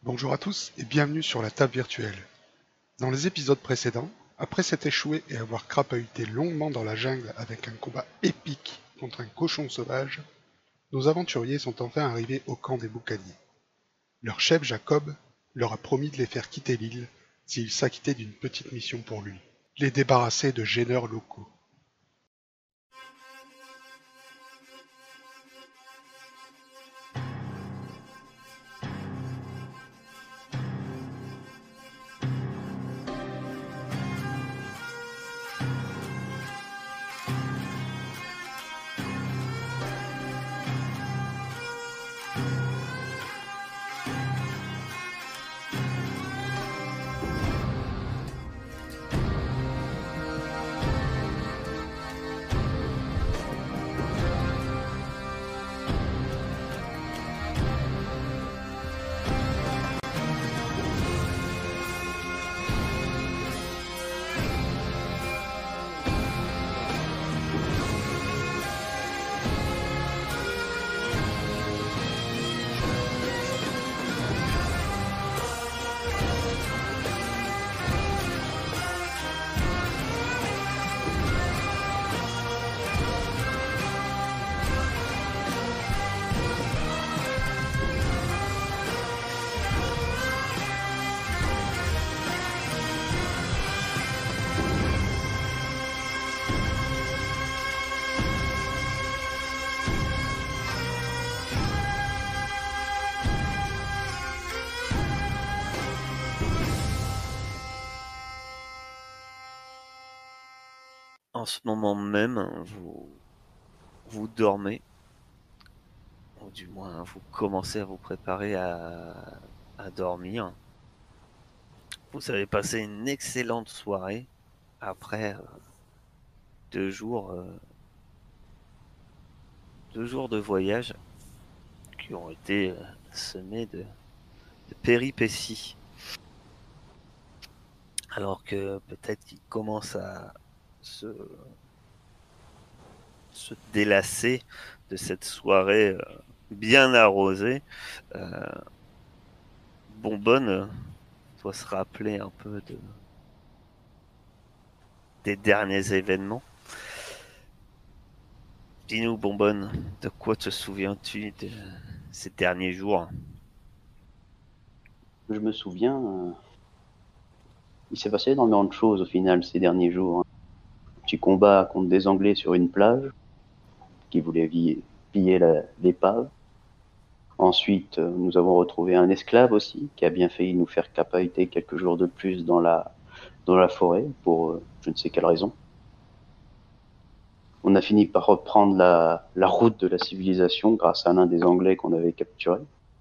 Bonjour à tous et bienvenue sur la table virtuelle. Dans les épisodes précédents, après s'être échoué et avoir crapahuté longuement dans la jungle avec un combat épique contre un cochon sauvage, nos aventuriers sont enfin arrivés au camp des boucaniers. Leur chef Jacob leur a promis de les faire quitter l'île s'ils s'acquittaient d'une petite mission pour lui, les débarrasser de gêneurs locaux. En ce moment même, vous dormez, ou du moins vous commencez à vous préparer à dormir. Vous avez passé une excellente soirée après 2 jours, 2 jours de voyage qui ont été semés de péripéties. Alors que peut-être qu'ils commencent à se, se délasser de cette soirée bien arrosée. Euh, Bonbonne doit se rappeler un peu des derniers événements. Dis-nous, Bonbonne, de quoi te souviens-tu de ces derniers jours? Je me souviens, il s'est passé énormément de choses au final ces derniers jours. Un petit combat contre des Anglais sur une plage qui voulaient piller l'épave. Ensuite, nous avons retrouvé un esclave aussi qui a bien failli nous faire capahuter quelques jours de plus dans la forêt pour je ne sais quelle raison. On a fini par reprendre la route de la civilisation grâce à l'un des Anglais qu'on avait capturé.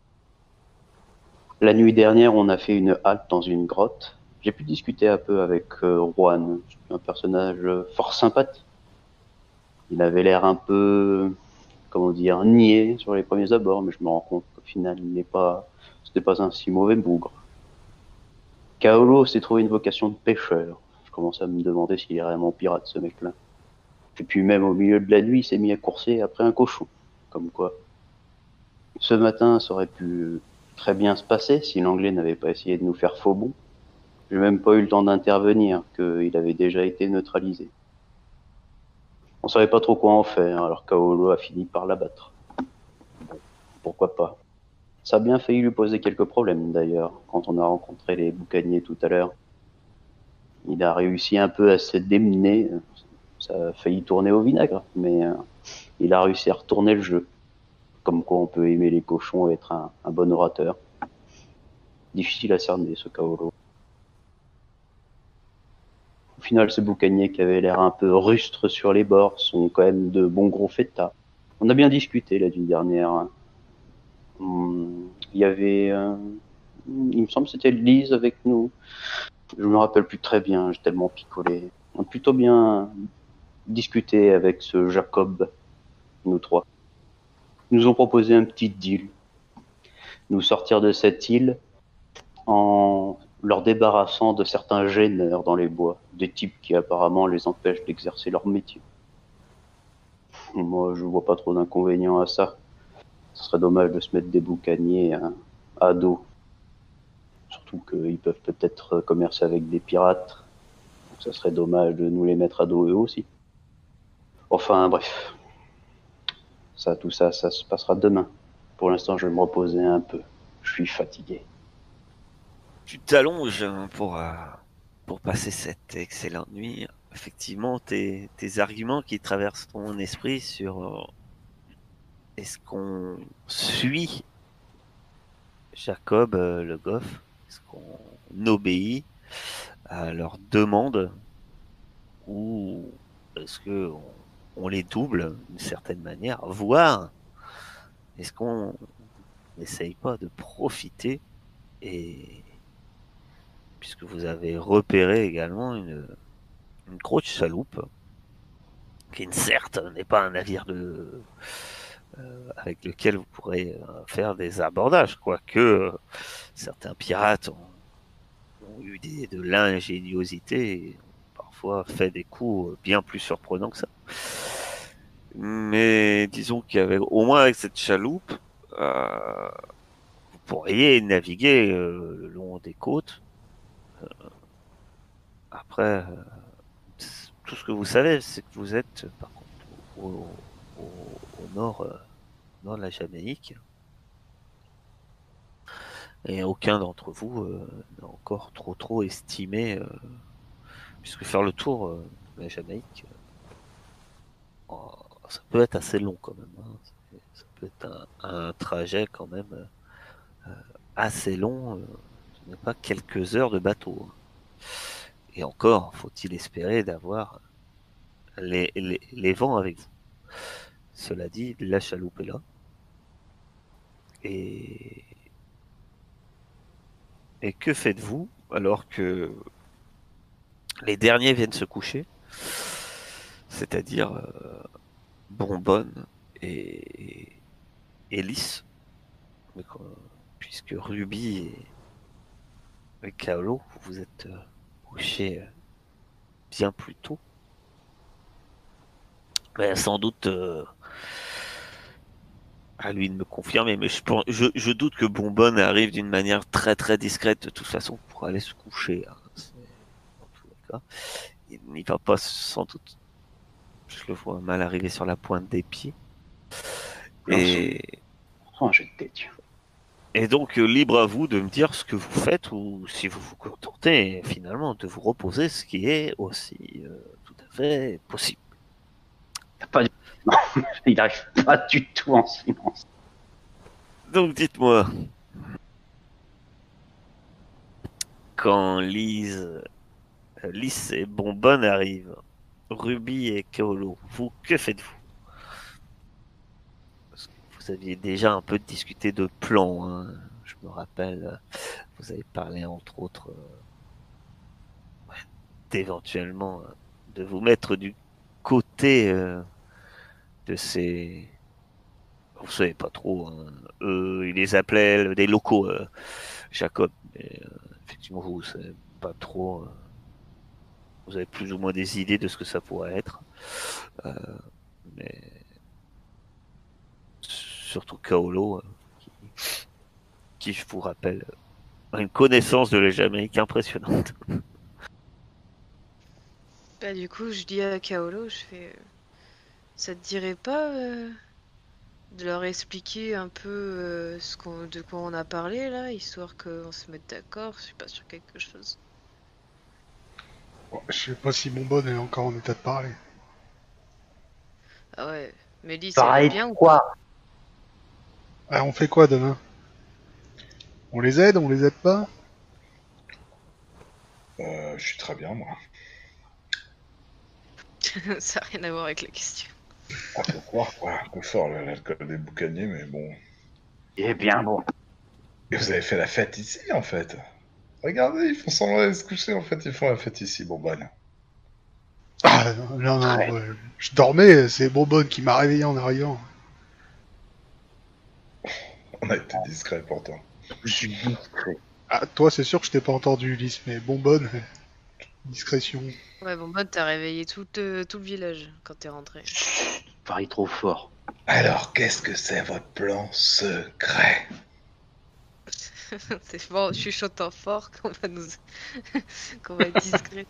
La nuit dernière, on a fait une halte dans une grotte. J'ai pu discuter un peu avec Juan, un personnage fort sympathique. Il avait l'air un peu, comment dire, niais sur les premiers abords, mais je me rends compte qu'au final, c'était pas un si mauvais bougre. Kaolo s'est trouvé une vocation de pêcheur. Je commence à me demander s'il est réellement pirate, ce mec-là. Et puis même au milieu de la nuit, il s'est mis à courser après un cochon. Comme quoi. Ce matin, ça aurait pu très bien se passer si l'anglais n'avait pas essayé de nous faire faux bon. J'ai même pas eu le temps d'intervenir, qu'il avait déjà été neutralisé. On savait pas trop quoi en faire, alors Kaolo a fini par l'abattre. Bon, pourquoi pas. Ça a bien failli lui poser quelques problèmes d'ailleurs, quand on a rencontré les boucaniers tout à l'heure. Il a réussi un peu à se démener, ça a failli tourner au vinaigre, mais il a réussi à retourner le jeu. Comme quoi on peut aimer les cochons et être un bon orateur. Difficile à cerner ce Kaolo. Au final, ces boucaniers qui avaient l'air un peu rustres sur les bords sont quand même de bons gros fêtards. On a bien discuté la d'une dernière. Il y avait, il me semble que c'était Lise avec nous. Je me rappelle plus très bien, j'ai tellement picolé. On a plutôt bien discuté avec ce Jacob, nous trois. Ils nous ont proposé un petit deal. Nous sortir de cette île en leur débarrassant de certains gêneurs dans les bois, des types qui apparemment les empêchent d'exercer leur métier. Moi, je vois pas trop d'inconvénients à ça. Ce serait dommage de se mettre des boucaniers à dos. surtout qu'ils peuvent peut-être commercer avec des pirates. Donc ça serait dommage de nous les mettre à dos eux aussi. Enfin bref, tout ça se passera demain. Pour l'instant, je vais me reposer un peu. Je suis fatigué. Tu t'allonges pour passer cette excellente nuit. Effectivement, tes arguments qui traversent ton esprit sur est-ce qu'on suit Jacob le Goff, est-ce qu'on obéit à leurs demandes ou est-ce que on les double d'une certaine manière, voire est-ce qu'on n'essaye pas de profiter et puisque vous avez repéré également une grosse chaloupe qui certes n'est pas un navire avec lequel vous pourrez faire des abordages, quoique certains pirates ont eu de l'ingéniosité et ont parfois fait des coups bien plus surprenants que ça. Mais disons qu'il y avait au moins avec cette chaloupe, vous pourriez naviguer le long des côtes. Après, tout ce que vous savez, c'est que vous êtes par contre au nord, nord de la Jamaïque. Et aucun d'entre vous n'a encore trop estimé, puisque faire le tour de la Jamaïque, ça peut être assez long quand même. Hein. Ça peut être un trajet quand même assez long. Ce n'est pas quelques heures de bateau. Hein. Et encore, faut-il espérer d'avoir les vents avec vous. Cela dit, la chaloupe est là. Et que faites-vous alors que les derniers viennent se coucher, c'est-à-dire Bonbonne et Lys, puisque Ruby et Kaolo, vous êtes couchés bien plus tôt. Mais sans doute à lui de me confirmer, mais je doute que Bonbonne arrive d'une manière très discrète de toute façon pour aller se coucher. Hein. En tous les cas, il n'y va pas sans doute. Je le vois mal arriver sur la pointe des pieds. Et donc, libre à vous de me dire ce que vous faites ou si vous vous contentez finalement de vous reposer, ce qui est aussi tout à fait possible. Non, il n'arrive pas du tout en silence. Donc, dites-moi, quand Lys et Bonbonne arrivent, Ruby et Kaolo, vous, que faites-vous? Parce que vous aviez déjà un peu discuté de plans, hein. Je me rappelle, vous avez parlé entre autres d'éventuellement de vous mettre du côté de ces... Vous savez pas trop, hein. Ils les appelaient des locaux, Jacob, mais effectivement vous savez pas trop... vous avez plus ou moins des idées de ce que ça pourrait être. Mais surtout Kaolo, qui, je vous rappelle, a une connaissance de la Jamaïque impressionnante. Bah du coup, je dis à Kaolo, je fais... ça te dirait pas de leur expliquer un peu de quoi on a parlé là, histoire qu'on se mette d'accord, je suis pas sur quelque chose. Bon, je sais pas si Bonbonne est encore en état de parler. Ah ouais, mais Lys, elle est bien ou quoi? Ah, on fait quoi demain? On les aide, on les aide pas? Je suis très bien, moi. Ça n'a rien à voir avec la question. On peut croire, quoi. Un peu fort, l'alcool des boucaniers, mais bon. Il est bien bon. Et vous avez fait la fête ici, en fait. Regardez, ils font semblant de se coucher, en fait, ils font la fête ici, Bonbonne. Ah, non, ouais. Je dormais, c'est Bonbonne qui m'a réveillé en arrivant. On a été discret pourtant. Je suis discret. Ah, toi, c'est sûr que je t'ai pas entendu, Lys, mais Bonbonne, discrétion. Ouais, bon, bah t'as réveillé tout le village quand t'es rentré. Paris trop fort. Alors, qu'est-ce que c'est votre plan secret? C'est bon, je chuchotant fort qu'on va nous qu'on va être discret.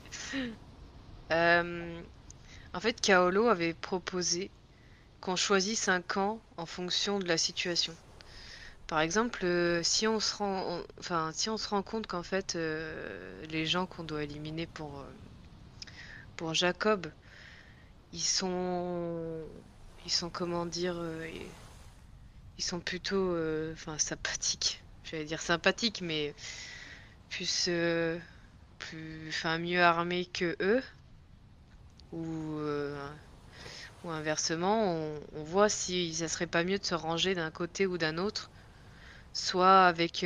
En fait, Kaolo avait proposé qu'on choisisse un camp en fonction de la situation. Par exemple, si on se rend compte qu'en fait les gens qu'on doit éliminer pour Jacob, ils sont comment dire, ils sont plutôt sympathiques. J'allais dire sympathiques, mais plus mieux armés que eux, ou inversement, on voit si ça serait pas mieux de se ranger d'un côté ou d'un autre, soit avec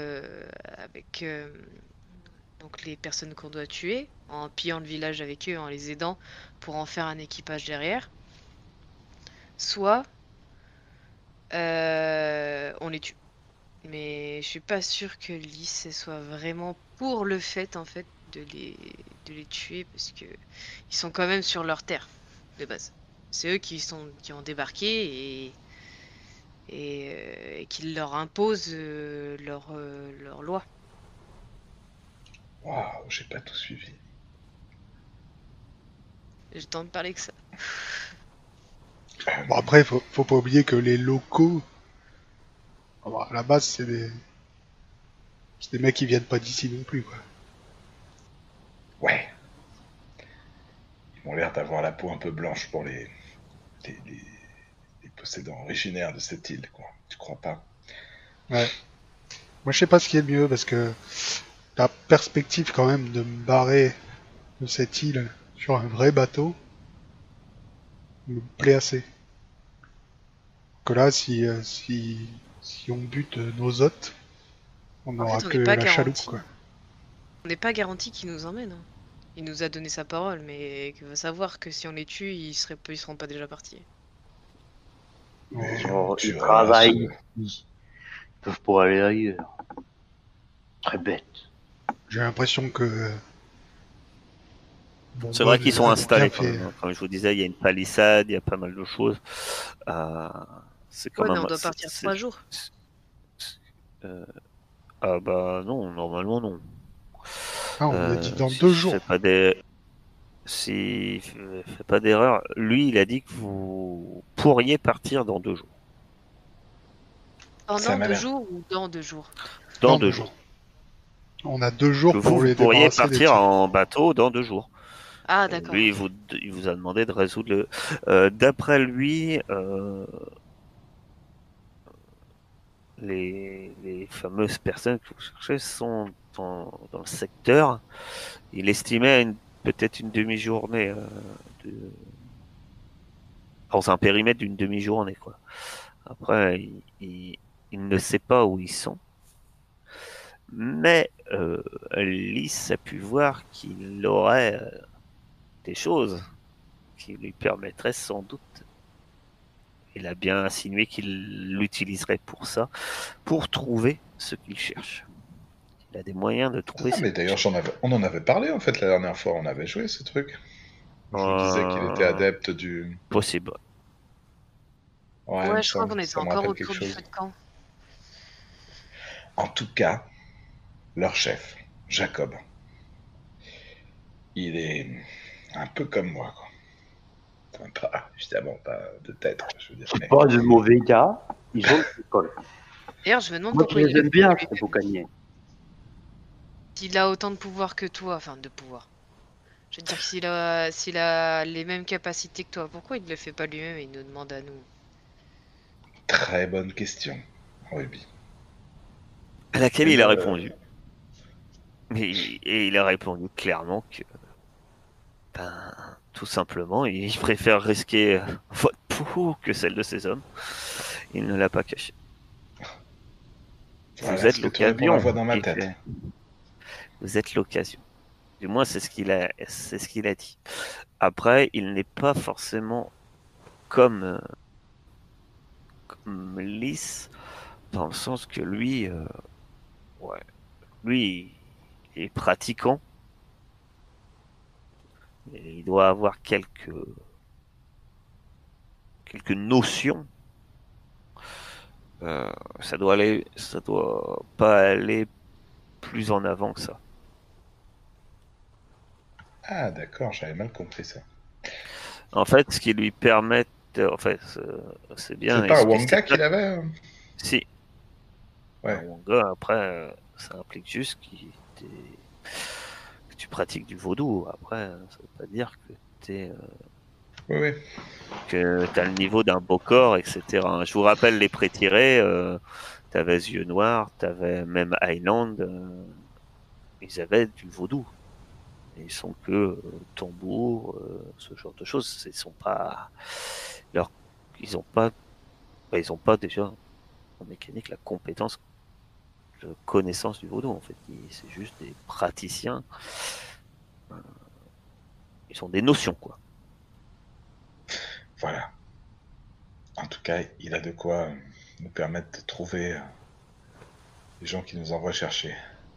donc les personnes qu'on doit tuer, en pillant le village avec eux, en les aidant pour en faire un équipage derrière, soit on les tue. Mais je suis pas sûre que Lys soit vraiment pour le fait en fait de les tuer, parce que ils sont quand même sur leur terre de base. C'est eux qui ont débarqué et qui leur imposent leur loi. Waouh, j'ai pas tout suivi. J'ai le temps de parler que ça. Bon, après, faut pas oublier que les locaux, à la base, c'est des mecs qui viennent pas d'ici non plus, quoi. Ouais. Ils ont l'air d'avoir la peau un peu blanche pour les possédants originaires de cette île, quoi. Tu crois pas? Ouais. Moi, je sais pas ce qui est le mieux, parce que la perspective, quand même, de me barrer de cette île sur un vrai bateau me plaît assez. Que là, si on bute nos hôtes, on En n'aura fait, on que n'est pas la chaloupe, garanti. quoi. On n'est pas garanti qu'il nous emmène, hein. Il nous a donné sa parole, mais que va savoir que si on les tue, ils seront pas déjà partis. Mais Genre, tu ils vas travaillent ici. Ils peuvent pas aller ailleurs. Très bête. J'ai l'impression que C'est vrai qu'ils sont installés bien quand fait. même, hein. Comme je vous disais, il y a une palissade, il y a pas mal de choses. C'est quand Ouais, mais même. on doit partir 3 jours. Ah bah non, normalement non. Ah, on a dit dans Si 2 je jours. fais pas si je fais pas d'erreur, lui il a dit que vous pourriez partir dans 2 jours. Ça Pendant m'a 2 l'air. jours ou dans 2 jours? Dans Non, 2 non, jours. non. On a 2 Que jours pour vous les pourriez débarrasser des partir tirs. en bateau dans 2 jours. Ah, d'accord. Lui, Ok. il vous a demandé de résoudre d'après lui, les fameuses personnes que vous cherchez sont dans le secteur. Il estimait peut-être une demi-journée, dans un périmètre d'une demi-journée, quoi. Après, il ne sait pas où ils sont. Mais Lys a pu voir qu'il aurait des choses qui lui permettraient sans doute. Il a bien insinué qu'il l'utiliserait pour ça, pour trouver ce qu'il cherche. Il a des moyens de trouver Ah, ce mais qu'il d'ailleurs, cherche. on en avait parlé en fait la dernière fois. On avait joué ce truc. Je vous disais qu'il était adepte du. Possible. Ouais, il me Ouais, je crois semble. qu'on était Ça me encore rappelle quelque autour du chose. feu de camp. En tout cas, leur chef, Jacob, il est un peu comme moi, quoi. Enfin, pas, évidemment, pas de tête, quoi, je veux dire. C'est Mais... pas de mauvais gars. Ils ont l'école. D'ailleurs, je me demande Moi qui pourquoi il les le aime fait bien, pas ces lui-même. boucaniers. S'il a autant de pouvoir que toi, enfin de pouvoir. Je veux dire que s'il a les mêmes capacités que toi, pourquoi il le fait pas lui-même et il nous demande à nous? Très bonne question, Ruby. À laquelle Et il a le- répondu. Et il a répondu clairement que, ben, tout simplement, il préfère risquer votre peau que celle de ses hommes. Il ne l'a pas caché. Voilà, Vous êtes ce que tu réponds la l'occasion. voix dans ma il tête. fait. Vous êtes l'occasion. Du moins, c'est ce qu'il a dit. Après, il n'est pas forcément comme Lys, dans le sens que lui, ouais, lui, il est pratiquant. Et il doit avoir quelques notions Ça doit pas aller plus en avant que ça. Ah, d'accord, j'avais mal compris ça. En fait, ce qui lui permet, en fait, c'est bien. C'est et pas ce qui Wonka qu'il avait Si. Ouais. Un Wonga, après, ça implique juste que tu pratiques du vaudou. Après, ça veut pas dire que Oui, oui. t'as le niveau d'un beau corps, etc. Je vous rappelle les pré-tirés, t'avais Yeux Noirs, t'avais même Highland, ils avaient du vaudou. Et ils sont que tambour, ce genre de choses. Ils sont pas, leur, ils ont pas, ils ont pas déjà en mécanique la compétence de connaissance du vaudou en fait. C'est juste des praticiens. Ils sont des notions quoi. Voilà. En tout cas, il a de quoi nous permettre de trouver les gens qui nous envoient chercher.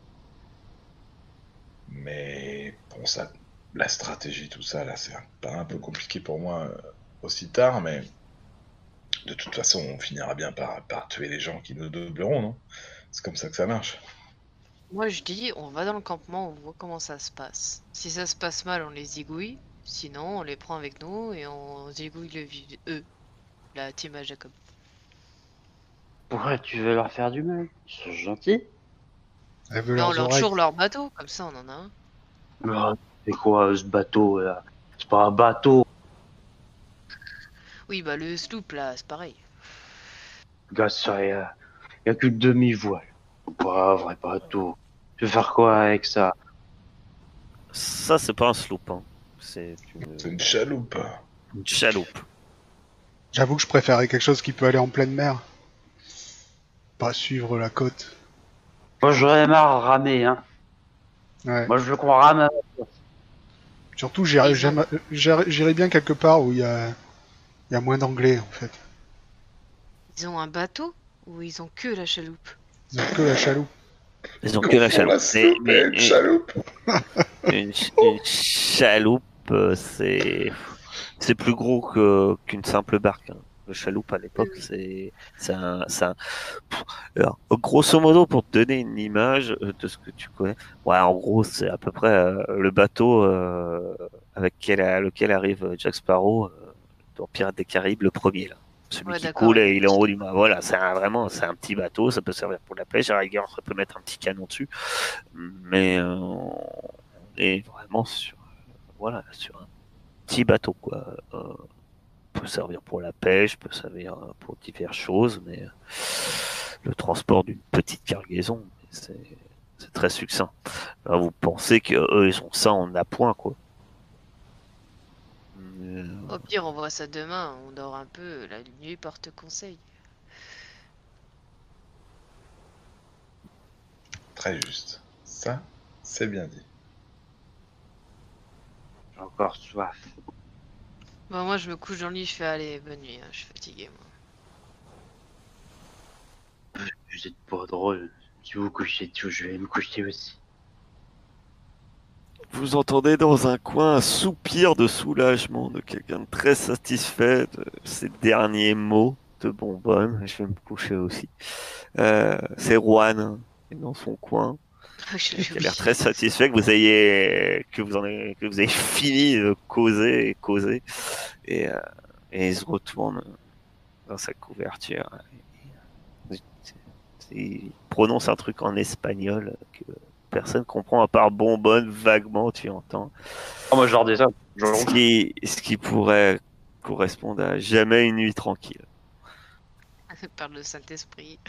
Mais bon, ça, la stratégie, tout ça, là, c'est pas un peu compliqué pour moi aussi tard, mais de toute façon, on finira bien par tuer les gens qui nous doubleront, non? C'est comme ça que ça marche. Moi, je dis, on va dans le campement, on voit comment ça se passe. Si ça se passe mal, on les zigouille. Sinon, on les prend avec nous et on zigouille eux, la team à Jacob. Ouais, tu veux leur faire du mal. Ils sont gentils. Elle veut Mais on leurs leur oreilles. toujours leur bateau, comme ça on en a un. Ah, c'est quoi ce bateau là? C'est pas un bateau. Oui, bah le sloop là, c'est pareil. Gars, ça y a que demi-voile. Pas un vrai bateau. Tu veux faire quoi avec ça? Ça c'est pas un sloop, hein. C'est C'est une chaloupe. une chaloupe. J'avoue que je préférais quelque chose qui peut aller en pleine mer. Pas suivre la côte. Moi, j'aurais marre ramer, hein. Ouais. Moi, je veux qu'on rame. Surtout, j'irais bien quelque part où il y a moins d'anglais, en fait. Ils ont un bateau ou ils ont que la chaloupe? Ils ont que la chaloupe. Ils ont que la Confond chaloupe. la sloop et une chaloupe. Une chaloupe, c'est plus gros qu'une simple barque, hein. Le chaloupe à l'époque, alors, grosso modo, pour te donner une image de ce que tu connais, ouais, en gros, c'est à peu près le bateau lequel arrive Jack Sparrow dans Pirates des Caraïbes, le premier là. Celui Ouais, qui d'accord, coule ouais. et il est en haut du mât. Voilà, c'est un petit bateau, ça peut servir pour la pêche. À la rigueur, ça peut mettre un petit canon dessus, mais on est vraiment sur un petit bateau quoi. Peut servir pour la pêche, peut servir pour diverses choses, mais le transport d'une petite cargaison, c'est très succinct. Alors, vous pensez qu'eux, ils ont ça en appoint, quoi. Au pire, on voit ça demain, on dort un peu, la nuit porte conseil. Très juste. Ça, c'est bien dit. J'ai encore soif. Bon, moi je me couche dans le lit, je fais allez, bonne nuit, hein, je suis fatigué moi. Vous êtes pas drôle. Si vous couchez tout, je vais me coucher aussi. Vous entendez dans un coin un soupir de soulagement de quelqu'un de très satisfait de ces derniers mots de Bonbonne. Je vais me coucher aussi. C'est Juan, qui est dans son coin, qui a l'air très satisfait que vous ayez fini de causer et causer. Et il se retourne dans sa couverture. Il prononce un truc en espagnol que personne comprend à part Bonbonne, vaguement tu entends. Oh, moi, je leur dis ça. Ce qui pourrait correspondre à jamais une nuit tranquille. Par le Saint-Esprit.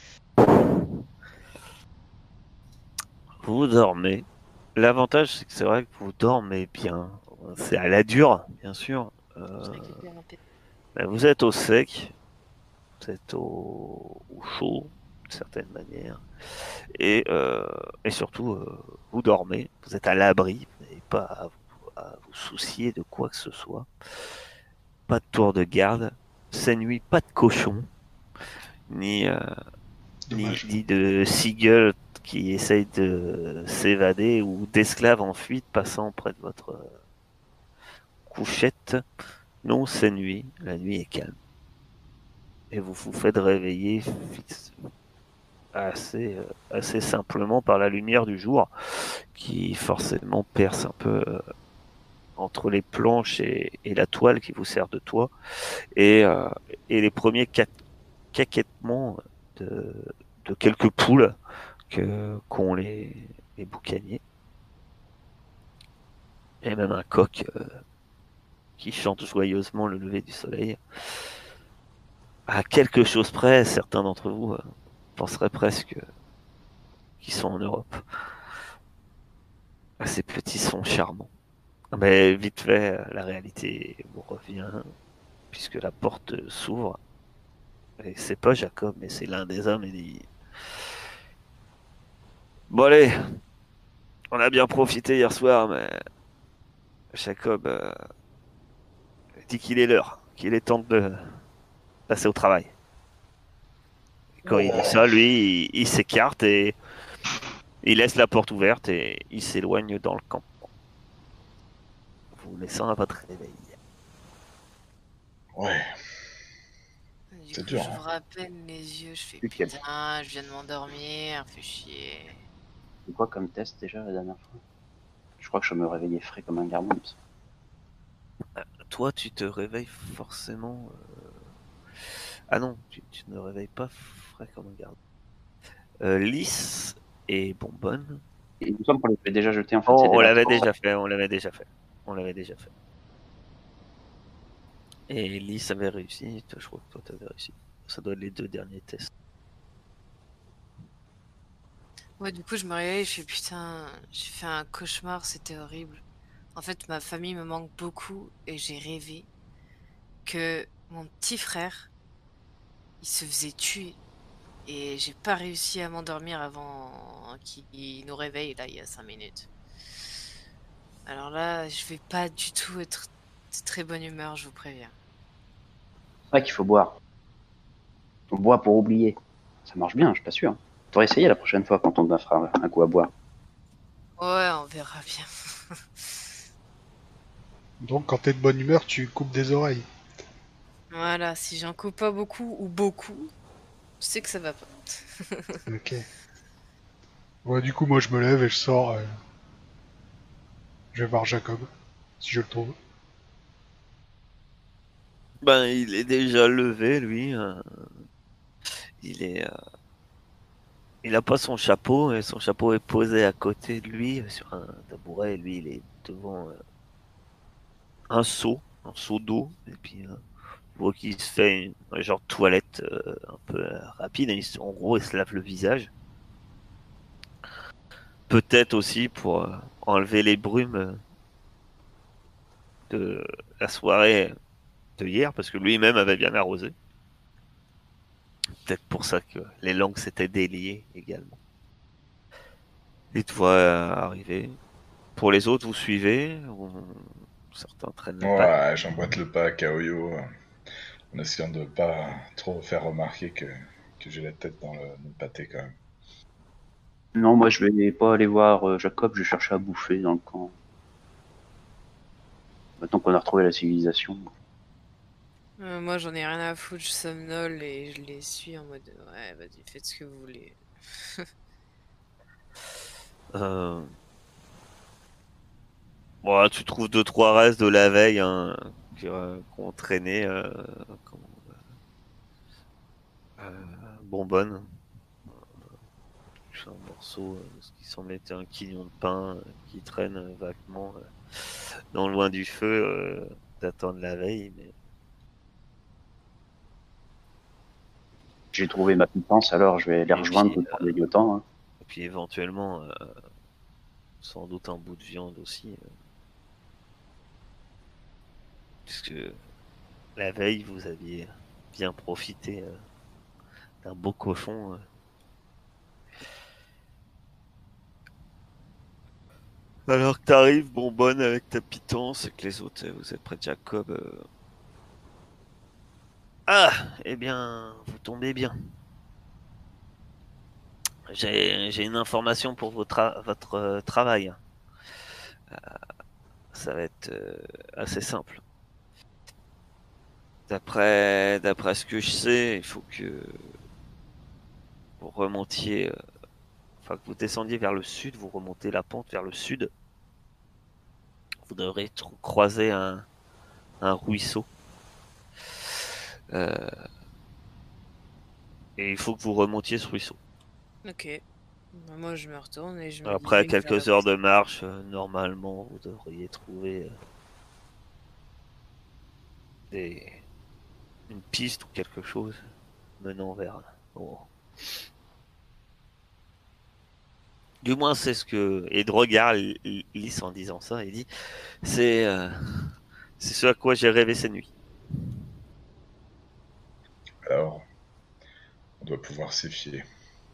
Vous dormez. L'avantage, c'est que c'est vrai que vous dormez bien. C'est à la dure, bien sûr. Vous êtes au sec, vous êtes au chaud, d'une certaine manière. Et surtout, vous dormez, vous êtes à l'abri, vous n'avez pas à vous soucier de quoi que ce soit. Pas de tour de garde. Cette nuit, pas de cochon, ni de seagull qui essaye de s'évader ou d'esclaves en fuite passant près de votre couchette. Non, c'est nuit. La nuit est calme. et vous vous faites réveiller assez simplement par la lumière du jour qui forcément perce un peu entre les planches et la toile qui vous sert de toit et les premiers caquettements de, de quelques poules qu'ont les boucaniers et même un coq qui chante joyeusement le lever du soleil. À quelque chose près, certains d'entre vous penseraient presque qu'ils sont en Europe. Ces petits sons charmants. Mais vite fait, la réalité vous revient, puisque la porte s'ouvre. Et c'est pas Jacob, mais c'est l'un des hommes, et dit bon allez, on a bien profité hier soir, mais Jacob dit qu'il est l'heure, qu'il est temps de passer au travail. Et quand il dit ça, lui, il s'écarte et il laisse la porte ouverte et il s'éloigne dans le camp, vous laissant à votre réveil. Ouais, Du c'est coup, dur. j'ouvre à peine les yeux, je fais Nickel. putain, je viens de m'endormir, fais chier. C'est quoi comme test déjà la dernière fois? Je crois que je me réveillais frais comme un garbon. Toi, tu te réveilles forcément. Ah non, tu ne réveilles pas frais comme un garde. Lys et Bonbonne. Et il me semble qu'on l'avait déjà jeté en fait. Oh, C'était on la l'avait force. déjà fait, on l'avait déjà fait. On l'avait déjà fait. Et Lys avait réussi, je crois que toi t'avais réussi. Ça doit être les 2 derniers tests. Ouais, du coup, je me réveille, je fais putain, j'ai fait un cauchemar, c'était horrible. En fait, ma famille me manque beaucoup et j'ai rêvé que mon petit frère, il se faisait tuer. Et j'ai pas réussi à m'endormir avant qu'il nous réveille, là, il y a 5 minutes. Alors là, je vais pas du tout être de très bonne humeur, je vous préviens. C'est vrai qu'il faut boire. On boit pour oublier. Ça marche bien, je suis pas sûr. Faudrait essayer la prochaine fois quand on fera un coup à boire. Ouais, on verra bien. Donc, quand t'es de bonne humeur, tu coupes des oreilles. Voilà, si j'en coupe pas beaucoup ou beaucoup, je sais que ça va pas. Ok. Ouais, du coup, moi, je me lève et je sors. Je vais voir Jacob, si je le trouve. Ben, il est déjà levé, lui. Il est. Il a pas son chapeau, et son chapeau est posé à côté de lui sur un tabouret. Et lui, il est devant un seau d'eau. Et puis, vous voyez qu'il se fait un genre de toilette un peu rapide. Et en gros, il se lave le visage. Peut-être aussi pour enlever les brumes de la soirée de hier, parce que lui-même avait bien arrosé. Peut-être pour ça que les langues s'étaient déliées également. Il te voit arriver. Pour les autres, vous suivez certains traînent les pattes. Ouais, j'emboîte le pas à Kaoyo en essayant de pas trop faire remarquer que j'ai la tête dans le pâté quand même. Non, moi je vais pas aller voir Jacob, je vais chercher à bouffer dans le camp. Maintenant qu'on a retrouvé la civilisation. Moi, j'en ai rien à foutre, je somnole et je les suis en mode ouais, vas-y, faites ce que vous voulez. Bon, tu trouves 2-3 restes de la veille qu'on traînait bonbonne. Un morceau, ce qui semble être un quignon de pain qui traîne vaguement non loin du feu datant de la veille. Mais... J'ai trouvé ma pitance, alors je vais les rejoindre puis, tout en dégotant. Hein. Et puis éventuellement, sans doute un bout de viande aussi. Puisque la veille, vous aviez bien profité d'un beau cochon. Alors que t'arrives, bonbonne, avec ta pitance, et que les autres, vous êtes près de Jacob. Ah, eh bien, vous tombez bien. J'ai une information pour votre travail. Ça va être assez simple. D'après ce que je sais, il faut que vous remontiez, enfin que vous descendiez vers le sud, vous remontez la pente vers le sud. Vous devrez croiser un ruisseau. Euh, et il faut que vous remontiez ce ruisseau. Ok. Bah, moi, je me retourne et je me Après dirige vers le quelques heures de ruisseau. marche, normalement, vous devriez trouver une piste ou quelque chose menant vers. Bon. Du moins, c'est ce que Edrogar lit en disant ça. Il dit c'est ce à quoi j'ai rêvé cette nuit. Alors, on doit pouvoir s'y fier.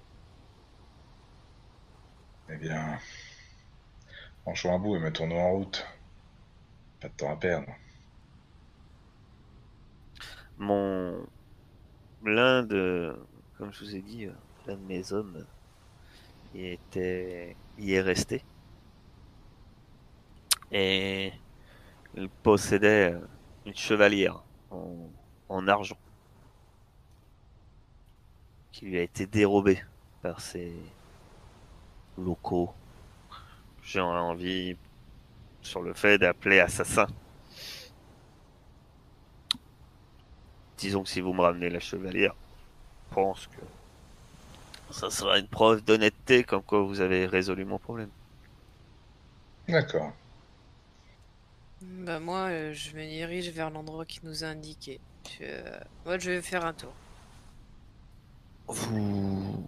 Eh bien, penchons à bout et mettons-nous en route. Pas de temps à perdre. Mon comme je vous ai dit, l'un de mes hommes y est resté et il possédait une chevalière en argent qui lui a été dérobée par ses locaux. J'ai envie sur le fait d'appeler assassin. Disons que si vous me ramenez la chevalière, je pense que ça sera une preuve d'honnêteté comme quoi vous avez résolu mon problème. D'accord. Bah moi, je me dirige vers l'endroit qui nous a indiqué. Moi, je vais faire un tour. Vous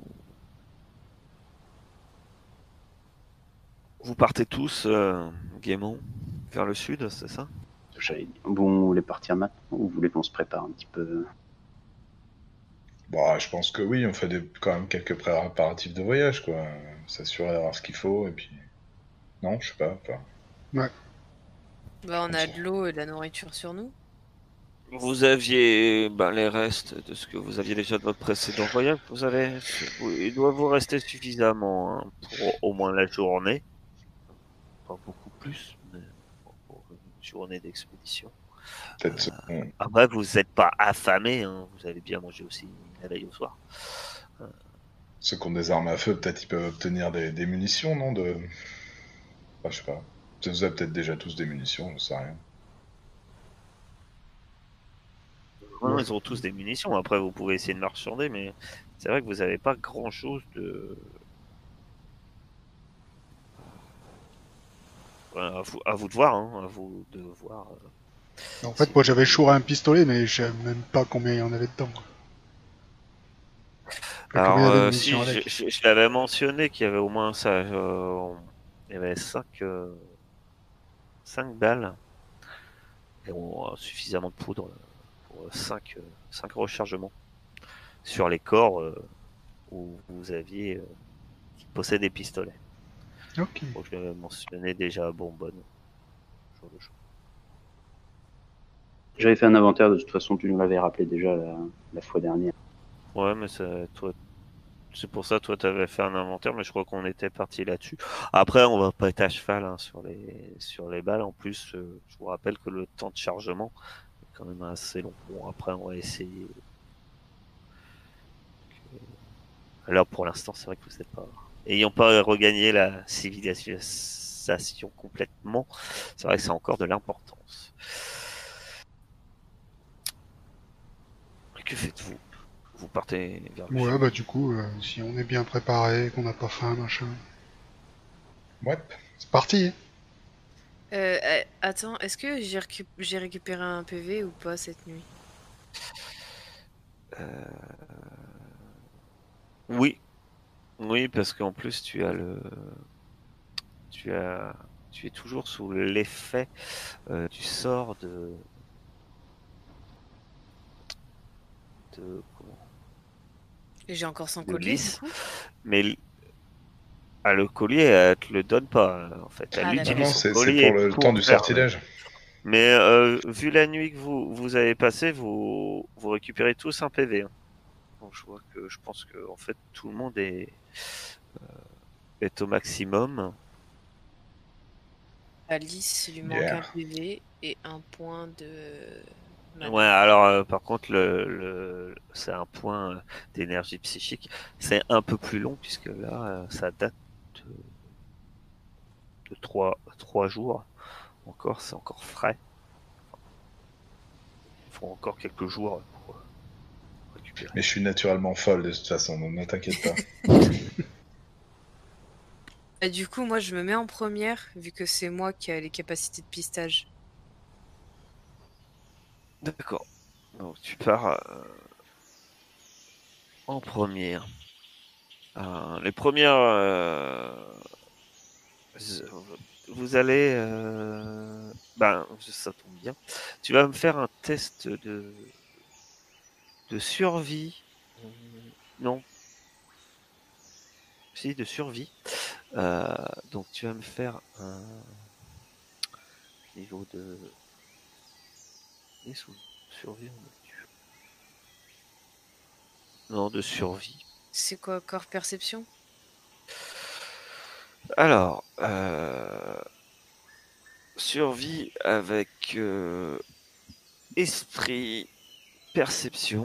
partez tous gaiement vers le sud, c'est ça? J'allais dire, bon, vous voulez partir maintenant ou vous voulez qu'on se prépare un petit peu? Bon, je pense que oui, on fait quand même quelques préparatifs de voyage, quoi. S'assurer d'avoir ce qu'il faut, et puis... Non, je sais pas, enfin... Ouais. Bah, on on a s'en- de l'eau et de la nourriture sur nous. Vous aviez les restes de ce que vous aviez déjà de votre précédent voyage. Il doit vous rester suffisamment hein, pour au moins la journée. Pas beaucoup plus, mais pour une journée d'expédition. Peut-être Après, vous n'êtes pas affamé, hein, vous avez bien mangé aussi la veille au soir. ceux qui ont des armes à feu, peut-être ils peuvent obtenir des munitions, non Enfin, je sais pas. Vous avez peut-être déjà tous des munitions, je sais rien. Non, Ouais. ils ont tous des munitions. Après, vous pouvez essayer de marchander, mais c'est vrai que vous n'avez pas grand-chose de. Voilà, à vous de voir, hein, à vous de voir. En fait, moi j'avais chouré un pistolet, mais je savais même pas combien il y en avait dedans. Enfin, combien il y avait de Alors, munitions si avec. je l'avais mentionné qu'il y avait au moins ça, il y avait 5 balles et suffisamment de poudre pour 5 rechargements sur les corps où vous aviez qui possèdent des pistolets. Ok. Donc, je l'avais mentionné déjà à Bourbonne. Jour de jour. J'avais fait un inventaire, de toute façon, tu nous l'avais rappelé déjà la fois dernière. Ouais, mais toi, c'est pour ça, toi, t'avais fait un inventaire, mais je crois qu'on était parti là-dessus. Après, on va pas être à cheval hein, sur les balles. En plus, je vous rappelle que le temps de chargement est quand même assez long. Bon, après, on va essayer. Alors, pour l'instant, c'est vrai que vous n'êtes pas. Ayant pas regagné la civilisation complètement, c'est vrai que c'est encore de l'importance. Que faites-vous? Vous partez vers le Ouais, sud. bah du coup, si on est bien préparé, qu'on n'a pas faim, machin. Ouais. C'est parti. Attends, est-ce que j'ai récupéré un PV ou pas cette nuit? Oui, oui, parce qu'en plus, tu as, tu es toujours sous l'effet du sort comment, Et j'ai encore son de collier du Lys, coup? mais le collier, elle te le donne pas, en fait. Elle Ah Non, utilise non, d'accord. son c'est collier pour le temps pour du faire. sortilège. Mais vu la nuit que vous avez passée, vous récupérez tous un PV. Hein. Donc je pense que en fait tout le monde est au maximum. Alice lui manque un Yeah. PV et un point de Ouais, alors par contre, c'est un point d'énergie psychique. C'est un peu plus long puisque là, ça date de 3 jours. Encore, c'est encore frais. Il faut encore quelques jours pour récupérer. Mais je suis naturellement folle de toute façon, donc ne t'inquiète pas. Et du coup, moi, je me mets en première, vu que c'est moi qui a les capacités de pistage. D'accord. Donc tu pars en première. Les premières, vous allez, ça tombe bien. Tu vas me faire un test de survie. Non. Si, de survie. Donc tu vas me faire un niveau de survie. Non, de survie. C'est quoi, corps perception? Alors, survie avec esprit, perception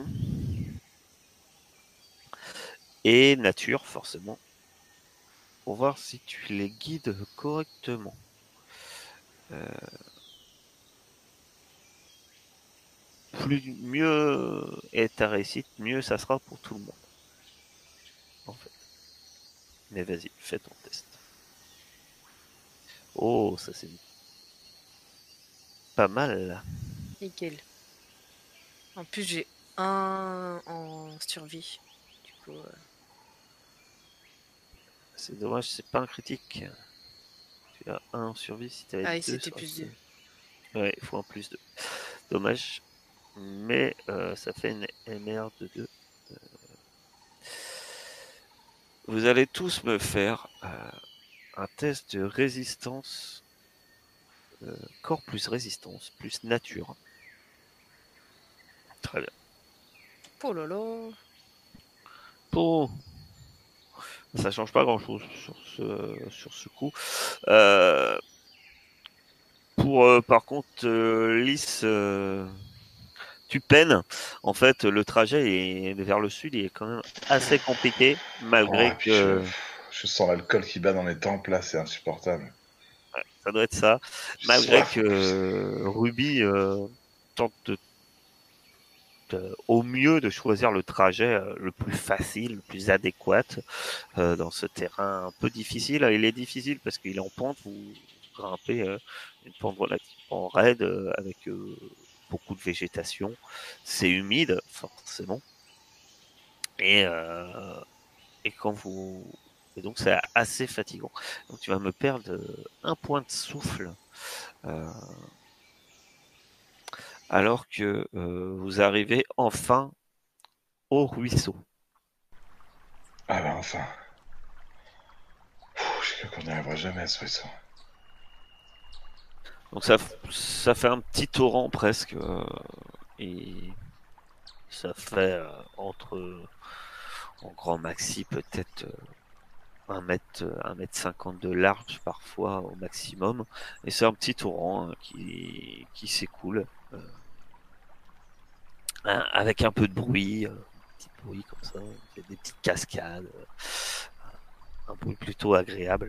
et nature, forcément, pour voir si tu les guides correctement. Mieux est ta réussite, mieux ça sera pour tout le monde. En fait. Mais vas-y, fais ton test. Oh, ça c'est pas mal. Nickel. En plus, j'ai 1 en survie. Du coup, C'est dommage, c'est pas un critique. Tu as 1 en survie si tu avais 2. Ah, et c'était plus 2. Ouais, il faut un plus 2. Dommage. Mais ça fait une MR de 2. Vous allez tous me faire un test de résistance. Corps plus résistance, plus nature. Très bien. Oh là là. Bon. Ça change pas grand chose sur ce coup. Par contre, Lys, tu peines. En fait, le trajet vers le sud est quand même assez compliqué, malgré Et puis que je sens l'alcool qui bat dans les tempes là, c'est insupportable. ça doit être ça. J'ai Malgré soif, en plus. que Ruby tente au mieux de choisir le trajet le plus facile, le plus adéquat dans ce terrain un peu difficile. Il est difficile parce qu'il est en pente, vous grimpez une pente relativement raide avec beaucoup de végétation. C'est humide, forcément. Et quand vous... Et donc c'est assez fatigant. Donc tu vas me perdre un point de souffle alors que vous arrivez enfin au ruisseau. Ah bah enfin. J'ai cru qu'on n'y arriverait jamais à ce ruisseau. Donc ça fait un petit torrent presque. Et ça fait en grand maxi peut-être 1 mètre 50 de large parfois au maximum. Et c'est un petit torrent qui s'écoule avec un peu de bruit, petit bruit comme ça, des petites cascades, un bruit plutôt agréable.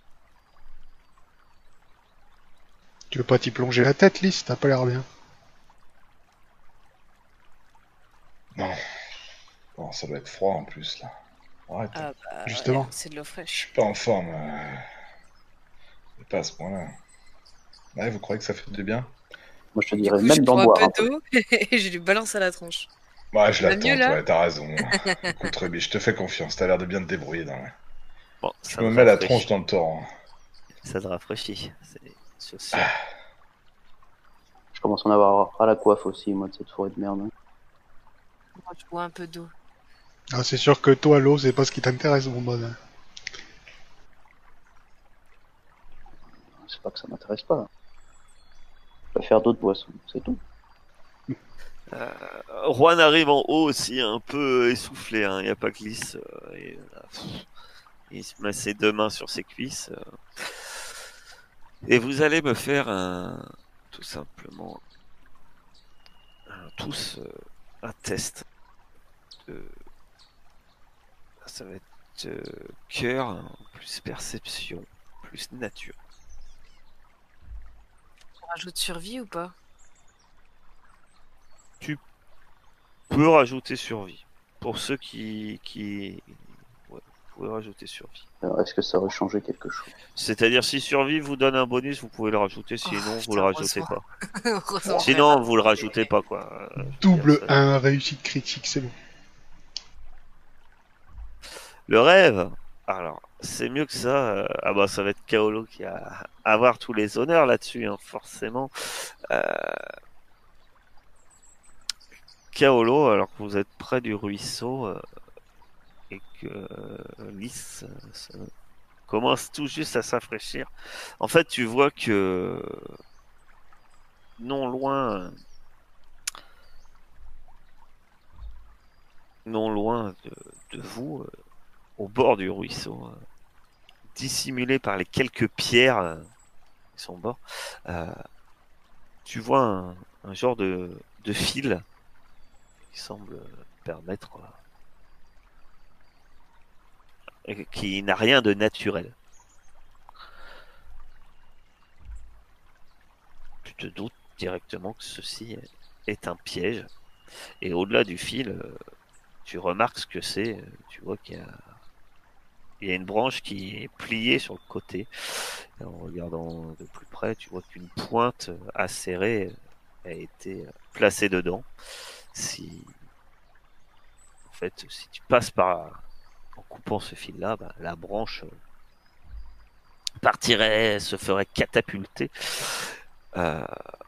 Tu veux pas t'y plonger la tête, Lys? T'as pas l'air bien. Non. Bon, ça doit être froid en plus là. Arrête. Ah bah, Justement. ouais, c'est de l'eau Je fraîche. suis pas en forme. Mais pas à ce point-là. Ouais, vous croyez que ça fait du bien? Moi, je te Du dirais coup, même je d'en prends boire un un peu peu. d'eau et je lui balance à la tronche. Ouais, je Ça va l'attends, mieux, là ouais, t'as raison. Écoute, Ruby, je te fais confiance, t'as l'air de bien te débrouiller dans le... Bon, Je ça me te mets la rafraîchit. tronche dans le torrent. Ça te rafraîchit, c'est sûr. Je commence à en avoir à la coiffe aussi, moi, de cette forêt de merde. Moi, je bois un peu d'eau. Ah, c'est sûr que toi, l'eau, c'est pas ce qui t'intéresse, mon bonhomme. C'est pas que ça m'intéresse pas. Je vais faire d'autres boissons, c'est tout. Juan arrive en haut aussi, un peu essoufflé. Il n'y a pas que Lys. Il se met ses 2 mains sur ses cuisses. Et vous allez me faire tout simplement tous un test. Ça va être cœur, plus perception, plus nature. On rajoute survie ou pas? Tu peux rajouter survie. Pour ceux qui... Ouais, vous pouvez rajouter survie. Alors, est-ce que ça aurait changé quelque chose? C'est-à-dire si survie vous donne un bonus, vous pouvez le rajouter, sinon vous le rajoutez heureusement. pas. Heureusement, Sinon vous le rajoutez pas quoi. Je veux Double dire, ça- 1, réussite critique, c'est bon. Le rêve, alors c'est mieux que ça. Ah bah ça va être Kaolo qui a à avoir tous les honneurs là-dessus, hein, forcément. Kaolo, alors que vous êtes près du ruisseau et que Lys commence tout juste à s'afraîchir. En fait, tu vois que non loin de vous, au bord du ruisseau, dissimulé par les quelques pierres qui sont au bord, tu vois un genre de fil qui semble permettre, qui n'a rien de naturel. Tu te doutes directement que ceci est un piège. Et au-delà du fil, tu remarques ce que c'est. Tu vois qu'il y a une branche qui est pliée sur le côté. Et en regardant de plus près, tu vois qu'une pointe acérée a été placée dedans. Si tu passes en coupant ce fil-là, la branche partirait, se ferait catapulter. Ça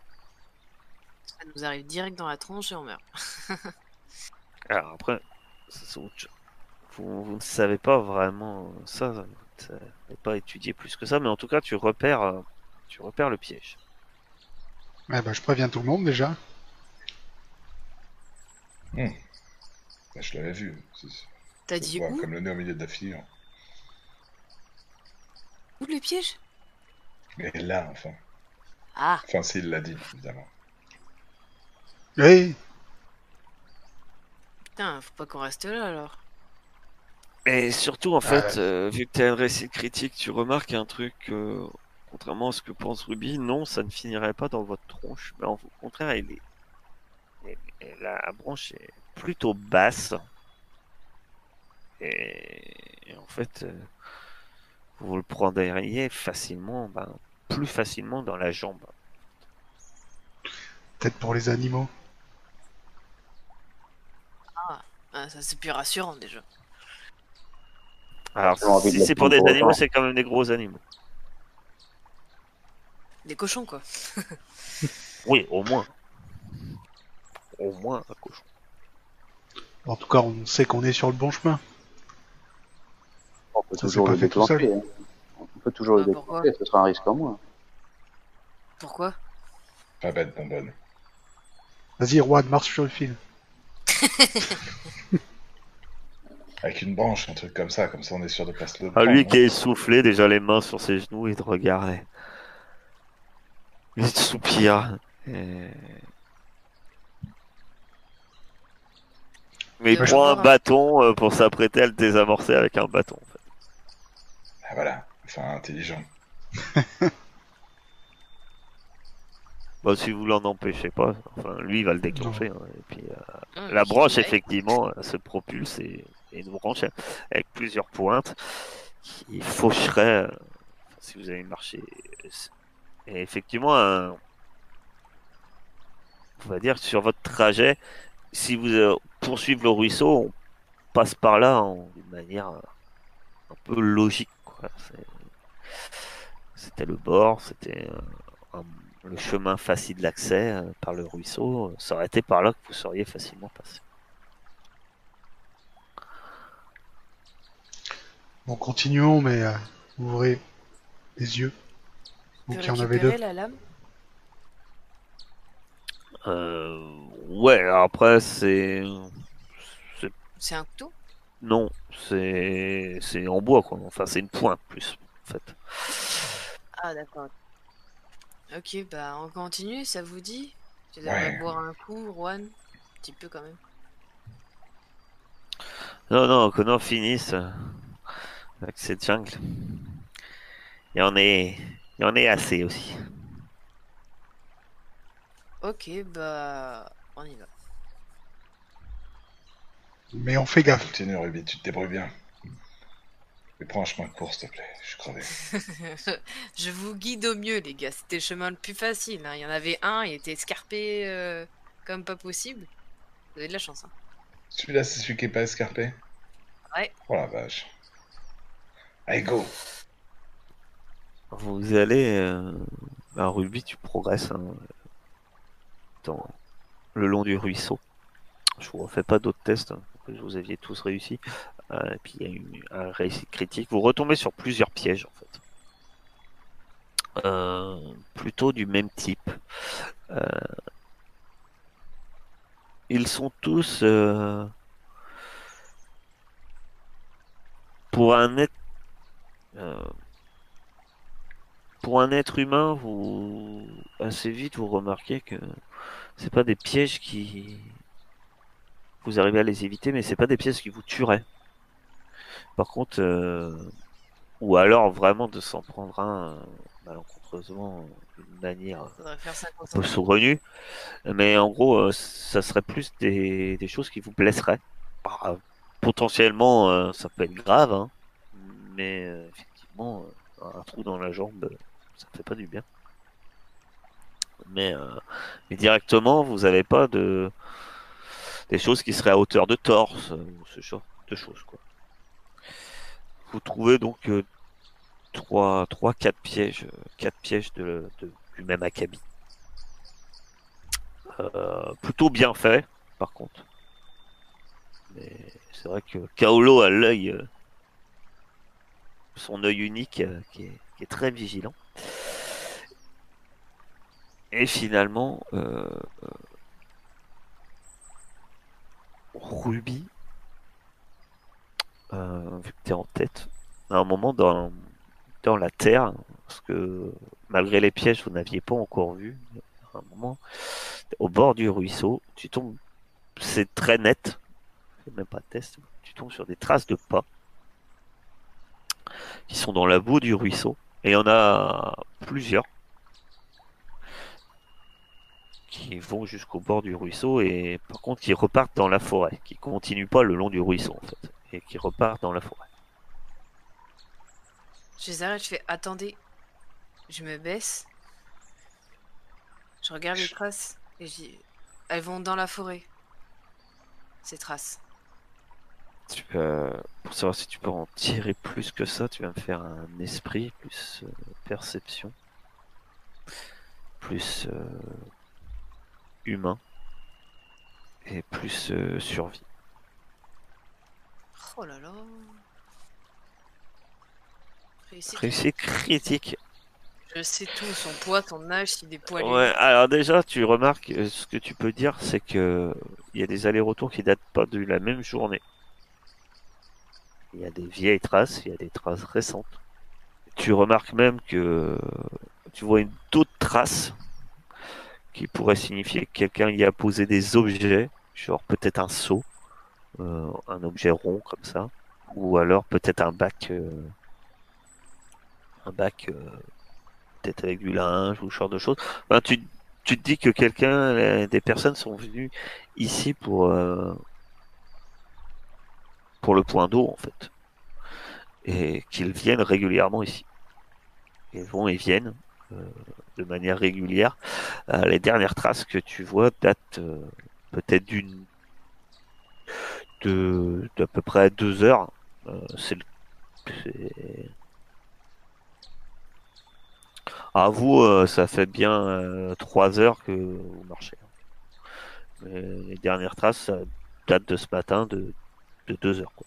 nous arrive direct dans la tronche et on meurt. Alors après, vous ne savez pas vraiment ça, vous n'avez pas étudié plus que ça, mais en tout cas tu repères le piège. Ouais, bah, je préviens tout le monde déjà. Bah, je l'avais vu. T'as Ça se dit voit où? comme le nez au milieu de la figure. Où le piège? Mais là, enfin. Ah, Enfin, s'il l'a dit, évidemment. Oui, putain, faut pas qu'on reste là alors. Et surtout en fait, vu que tu as un récit critique, tu remarques un truc, contrairement à ce que pense Ruby, non, ça ne finirait pas dans votre tronche, mais au contraire, la branche est plutôt basse. Et en fait, vous le prendriez facilement, plus facilement dans la jambe. peut-être pour les animaux. Ah, ça c'est plus rassurant déjà. Alors, J'ai envie de si la c'est pour des prendre animaux, autant. c'est quand même des gros animaux. Des cochons quoi. Oui, au moins. Au moins un cochon. En tout cas, on sait qu'on est sur le bon chemin. On peut Ça, toujours c'est le pas fait tout seul. déclencher. Hein. On peut toujours le Pourquoi? déclencher, ce sera un risque en moins. Pourquoi? Pas bête, bonbonne. Vas-y, Juan, marche sur le fil. Avec une branche, un truc comme ça on est sûr de pas se le Ah, prendre. lui hein. qui est essoufflé, déjà les mains sur ses genoux, il te regardait. Il te soupire. Mais il Bien prend un joueur. bâton pour s'apprêter à le désamorcer avec un bâton. En fait. Ah, voilà, enfin intelligent. Bon, si vous l'en empêchez pas, enfin, lui il va le déclencher. Hein, et puis la J'y branche, vais. effectivement, se propulse et une branche avec plusieurs pointes qui faucherait si vous avez marché. Et effectivement, on va dire que sur votre trajet, si vous poursuivez le ruisseau, on passe par là d'une manière un peu logique. Quoi. C'était le bord, c'était le chemin facile d'accès par le ruisseau. Ça aurait été par là que vous seriez facilement passé. Bon, continuons, mais ouvrez les yeux. Vous Tu qui peux en avez deux. récupérer la lame? Ouais, après c'est C'est un couteau? non, c'est en bois quoi. Enfin, c'est une pointe plus en fait. Ah d'accord. Ok, bah on continue, ça vous dit? Tu devrais Ouais. boire un coup, Juan. Un petit peu quand même. Non, qu'on en finisse avec cette jungle. Il y en est assez aussi. Ok, bah on y va. Mais on fait gaffe. Continue, Ruby, tu te débrouilles bien. Mais prends un chemin court, s'il te plaît. Je suis crevé. Je vous guide au mieux, les gars. C'était le chemin le plus facile, hein. Il y en avait un, il était escarpé comme pas possible. Vous avez de la chance, hein. Celui-là, c'est celui qui est pas escarpé. Ouais. Oh la vache. Allez, go. Vous allez à Ruby, tu progresses hein, dans le long du ruisseau. Je vous refais pas d'autres tests. Hein, que vous aviez tous réussi. Et puis il y a eu un réussite critique. Vous retombez sur plusieurs pièges en fait. Plutôt du même type. Ils sont tous pour un être pour un être humain, vous assez vite vous remarquez que c'est pas des pièges qui vous arrivez à les éviter, mais c'est pas des pièges qui vous tueraient. Par contre, ou alors vraiment de s'en prendre un malencontreusement d'une manière Faudrait faire ça un peu saugrenue. Mais en gros, ça serait plus des choses qui vous blesseraient. Bah, potentiellement, ça peut être grave, hein, mais effectivement, un trou dans la jambe, ça fait pas du bien. Mais, directement, vous n'avez pas des choses qui seraient à hauteur de torse ou ce genre de choses, quoi. Vous trouvez donc quatre pièges du même acabit. Plutôt bien fait, par contre. Mais c'est vrai que Kaolo a l'œil, son œil unique, qui est très vigilant. Et finalement, Ruby, vu que tu es en tête, à un moment dans la terre, parce que malgré les pièges, vous n'aviez pas encore vu, à un moment, au bord du ruisseau, tu tombes, c'est très net, c'est même pas de test, tu tombes sur des traces de pas qui sont dans la boue du ruisseau, et il y en a plusieurs qui vont jusqu'au bord du ruisseau et par contre qui repartent dans la forêt, qui continuent pas le long du ruisseau en fait, et qui repartent dans la forêt. Je les arrête, je fais attendez. Je me baisse. Je regarde les traces et je dis elles vont dans la forêt. Ces traces. Pour savoir si tu peux en tirer plus que ça, tu vas me faire un esprit plus perception plus humain et plus survie. Oh là là. Réussite critique. Je sais tout, son poids, son âge, s'il est poilu. Ouais, alors déjà, tu remarques, ce que tu peux dire, c'est que il y a des allers-retours qui datent pas de la même journée. Il y a des vieilles traces, il y a des traces récentes. Tu remarques même que tu vois d'autres traces qui pourraient signifier que quelqu'un y a posé des objets, genre peut-être un seau, un objet rond comme ça, ou alors peut-être un bac peut-être avec du linge ou ce genre de choses. Enfin, tu te dis que des personnes sont venues ici pour le point d'eau en fait, et qu'ils viennent régulièrement ici. Ils vont et viennent de manière régulière. Les dernières traces que tu vois datent peut-être d'à peu près 2 heures. C'est à vous, ça fait bien 3 heures que vous marchez. Mais les dernières traces, ça date de ce matin de 2 heures. Quoi.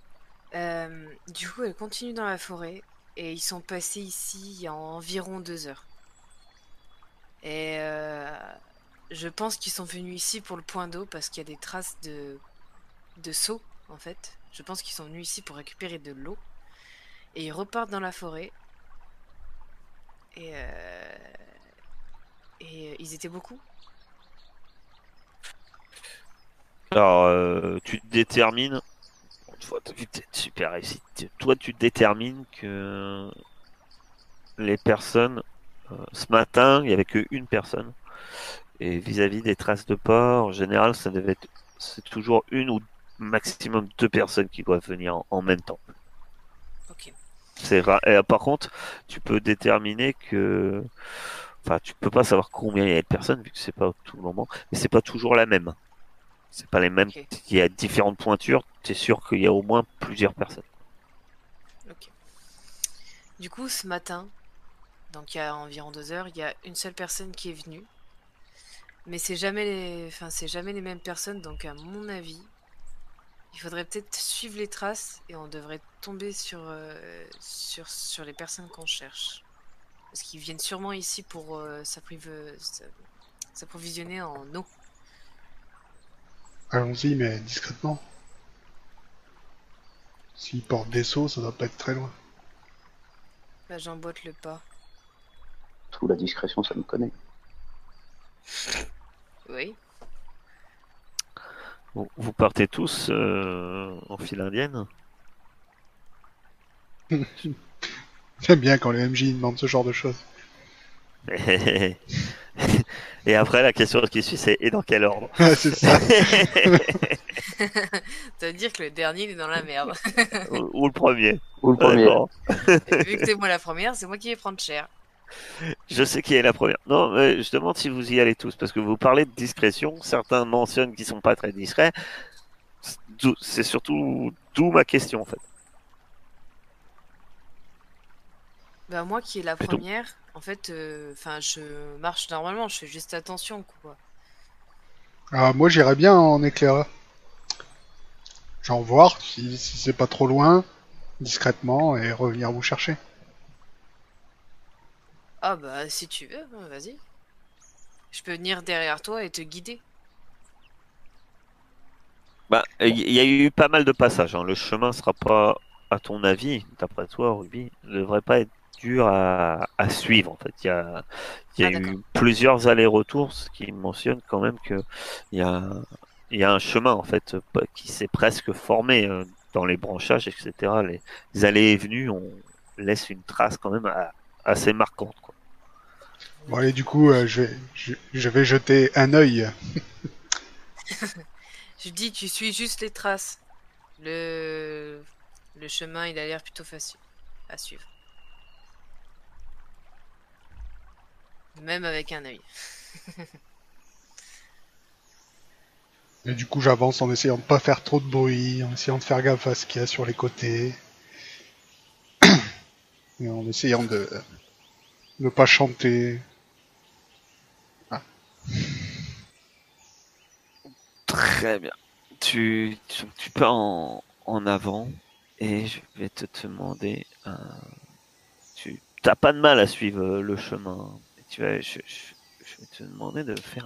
Du coup, elle continue dans la forêt et ils sont passés ici il y a environ 2 heures. Et je pense qu'ils sont venus ici pour le point d'eau parce qu'il y a des traces de seau en fait. Je pense qu'ils sont venus ici pour récupérer de l'eau. Et ils repartent dans la forêt. Et ils étaient beaucoup. Alors, tu détermines. Toi, t'as vu que t'es super réussi. Toi, tu détermines que les personnes. Ce matin, il n'y avait qu'une personne. Et vis-à-vis des traces de pas, en général, c'est toujours une ou maximum deux personnes qui doivent venir en même temps. Ok. C'est rare. Et, par contre, tu peux déterminer que, enfin, tu peux pas savoir combien il y a de personnes vu que c'est pas tout le moment, mais c'est pas toujours la même. C'est pas les mêmes. Ok. Il y a différentes pointures. T'es sûr qu'il y a au moins plusieurs personnes. Ok. Du coup, ce matin, donc il y a environ 2 heures, il y a une seule personne qui est venue. Mais c'est jamais c'est jamais les mêmes personnes, donc à mon avis, il faudrait peut-être suivre les traces et on devrait tomber sur les personnes qu'on cherche. Parce qu'ils viennent sûrement ici pour s'approvisionner en eau. Allons-y, mais discrètement. S'ils portent des seaux, ça doit pas être très loin. Bah, j'emboîte le pas. Sous la discrétion, ça me connaît. Oui. Vous partez tous en file indienne. J'aime bien quand les MJ demandent ce genre de choses. Et après, la question qui suit, c'est et dans quel ordre? C'est ça. Ça veut dire que le dernier il est dans la merde. Ou le premier. Ou le premier. D'accord. Et vu que c'est moi la première, c'est moi qui vais prendre cher. Je sais qui est la première. Non, mais je demande si vous y allez tous, parce que vous parlez de discrétion. Certains mentionnent qu'ils sont pas très discrets. C'est surtout d'où ma question, en fait. Bah moi qui est la C'est tout. première, en fait, je marche normalement, je fais juste attention, quoi. Ah, moi, j'irais bien en éclaireur. Genre voir si c'est pas trop loin, discrètement, et revenir vous chercher. Ah bah si tu veux, vas-y. Je peux venir derrière toi et te guider. Bah, il y a eu pas mal de passages. Hein. Le chemin sera pas, à ton avis, d'après toi, Ruby, ne devrait pas être dur à suivre. En fait, il y a Ah d'accord. eu plusieurs allers-retours, ce qui mentionne quand même que il y a, il y a un chemin en fait qui s'est presque formé dans les branchages, etc. Les allées et venues, on laisse une trace quand même assez marquante. Quoi. Bon, allez, du coup, je vais jeter un œil. Je dis, tu suis juste les traces. Le, le chemin, il a l'air plutôt facile à suivre. Même avec un œil. Et du coup, j'avance en essayant de pas faire trop de bruit, en essayant de faire gaffe à ce qu'il y a sur les côtés, et en essayant de ne pas chanter. Ah. Très bien. Tu pars en avant et je vais te demander. Tu n'as pas de mal à suivre le chemin. Je vais te demander de faire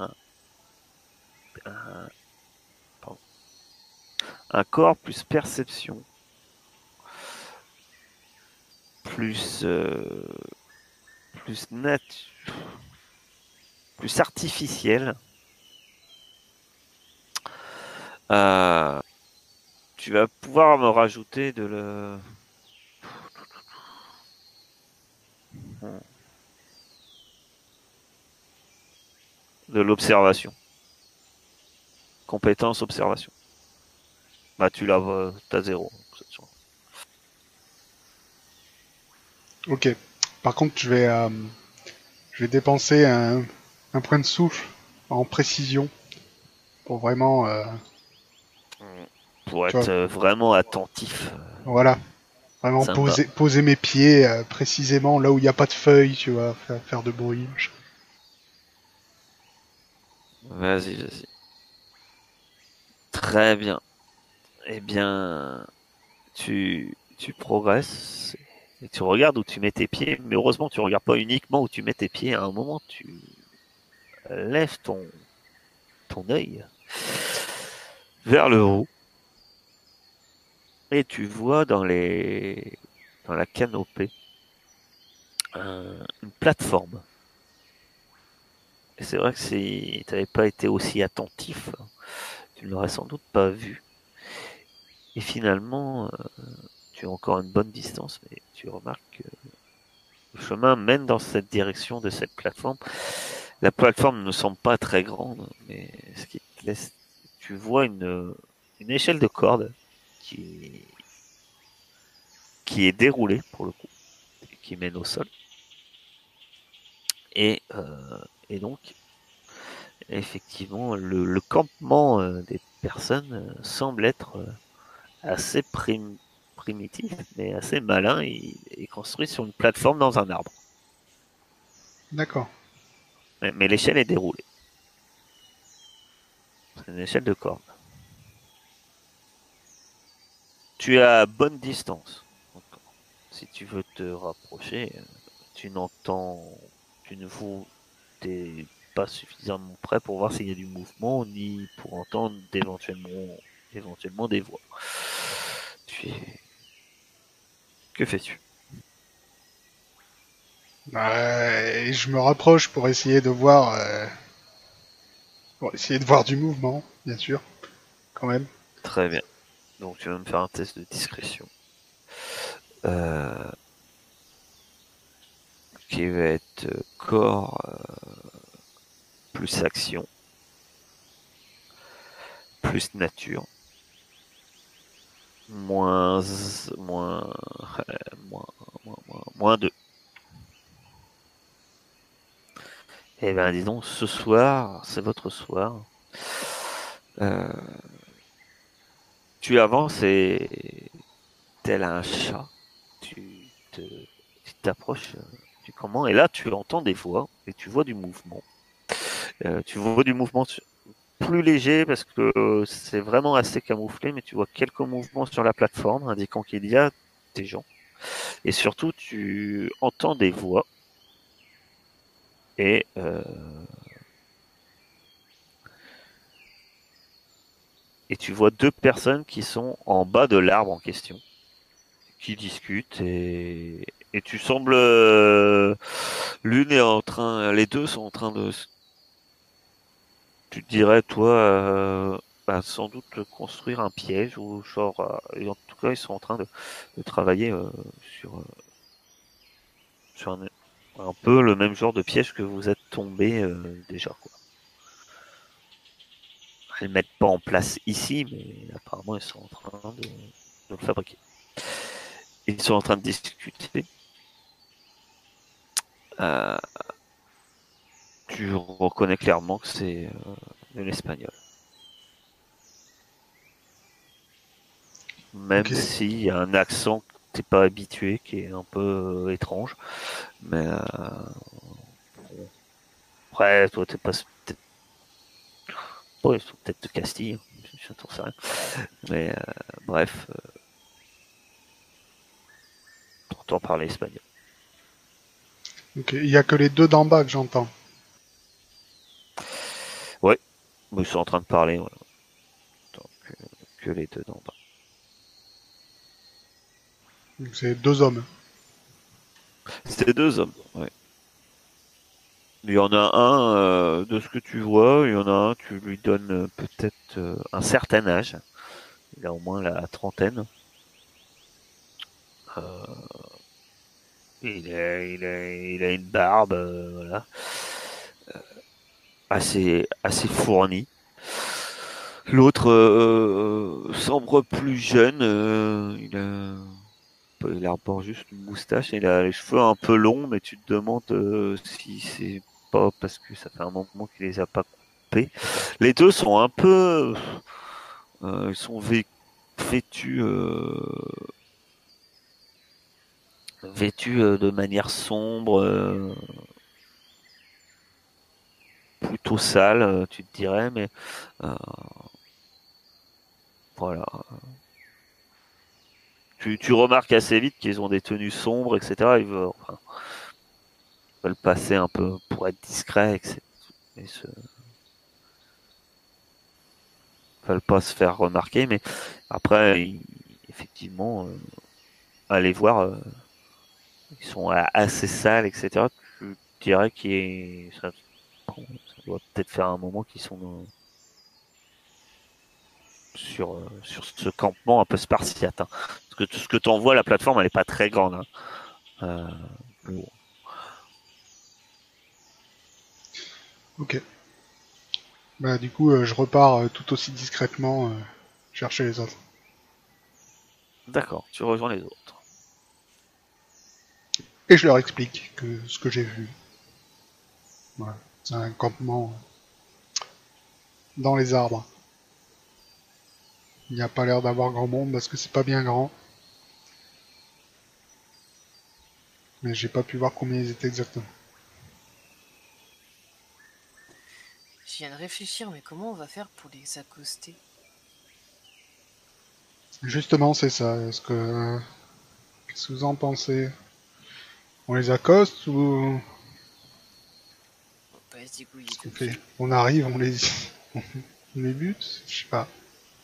un, pardon, un corps plus perception, plus plus net, plus artificiel. Euh, tu vas pouvoir me rajouter de l'observation. Compétence observation. Bah tu l'as, t'as 0. Ok. Par contre, je vais dépenser un point de souffle en précision pour vraiment, Pour tu être vois, vraiment attentif. voilà, vraiment Ça me va. poser mes pieds précisément là où il n'y a pas de feuilles, tu vois, faire de bruit. Machin. Vas-y, vas-y. Très bien. Eh bien, tu progresses et tu regardes où tu mets tes pieds, mais heureusement tu regardes pas uniquement où tu mets tes pieds. À un moment, tu lèves ton œil vers le haut et tu vois dans la canopée une plateforme. Et c'est vrai que si tu n'avais pas été aussi attentif, tu tu ne l'aurais sans doute pas vu. Et finalement, tu as encore une bonne distance, mais tu remarques que le chemin mène dans cette direction de cette plateforme. La plateforme ne semble pas très grande, mais ce qui te laisse, tu vois une échelle de corde qui est déroulée pour le coup, qui mène au sol. Et donc, effectivement, le campement des personnes semble être assez primitif, mais assez malin. Il est construit sur une plateforme dans un arbre. D'accord. Mais l'échelle est déroulée. C'est une échelle de corde. Tu es à bonne distance. Donc, si tu veux te rapprocher, tu ne vous t'es pas suffisamment prêt pour voir s'il y a du mouvement, ni pour entendre éventuellement des voix. Que fais-tu? Et je me rapproche pour essayer de voir, du mouvement, bien sûr, quand même. Très bien. Donc tu vas me faire un test de discrétion. Qui va être corps plus action, plus nature, moins 2. Eh ben dis donc, ce soir, c'est votre soir. Tu avances et tel un chat, tu t'approches du comment, et là tu entends des voix et tu vois du mouvement. Tu vois du mouvement plus léger parce que c'est vraiment assez camouflé, mais tu vois quelques mouvements sur la plateforme indiquant qu'il y a des gens. Et surtout, tu entends des voix et tu vois deux personnes qui sont en bas de l'arbre en question, qui discutent et tu sembles les deux sont en train de, tu te dirais toi, sans doute construire un piège ou genre, et en tout cas ils sont en train de travailler sur un peu le même genre de piège que vous êtes tombé déjà, quoi. Ils le mettent pas en place ici, mais apparemment ils sont en train de le fabriquer. Ils sont en train de discuter. Tu reconnais clairement que c'est de l'espagnol. Même s'il y a un accent que t'es pas habitué, qui est un peu étrange. Mais bon. Après, toi t'es pas... ils sont peut-être de Castille, je n'en sais rien. Mais bref, t'entends parler espagnol. Ok, il y a que les deux d'en bas que j'entends. Ouais, ils sont en train de parler. Voilà. Donc, que les deux d'en bas. Donc c'est deux hommes. C'était deux hommes, ouais. Il y en a un, de ce que tu vois, il y en a un, tu lui donnes peut-être un certain âge. Il a au moins la trentaine. Il a une barbe, voilà, assez fournie. L'autre semble plus jeune. Il arbore juste une moustache et il a les cheveux un peu longs, mais tu te demandes si c'est pas parce que ça fait un moment qu'il les a pas coupés. Les deux sont un peu, ils sont vêtus de manière sombre, plutôt sale, tu te dirais, mais euh, voilà. Tu remarques assez vite qu'ils ont des tenues sombres, etc. Ils veulent passer un peu pour être discrets, etc. Ils veulent pas se faire remarquer, mais après, effectivement, aller voir, ils sont assez sales, etc. Tu dirais ça doit peut-être faire un moment qu'ils sont sur ce campement un peu spartiate. Hein. Parce que tout ce que tu en vois, la plateforme, elle n'est pas très grande. Hein. Bon. Ok. Bah du coup, je repars tout aussi discrètement chercher les autres. D'accord, tu rejoins les autres. Et je leur explique ce que j'ai vu. Voilà. C'est un campement dans les arbres. Il n'y a pas l'air d'avoir grand monde parce que c'est pas bien grand. Mais j'ai pas pu voir combien ils étaient exactement. Je viens de réfléchir, mais comment on va faire pour les accoster? Justement, c'est ça. Qu'est-ce que vous en pensez? On les accoste ou On va pas se digouiller qu'est-ce qu'on de fait? pied. On arrive, on les bute? Je sais pas.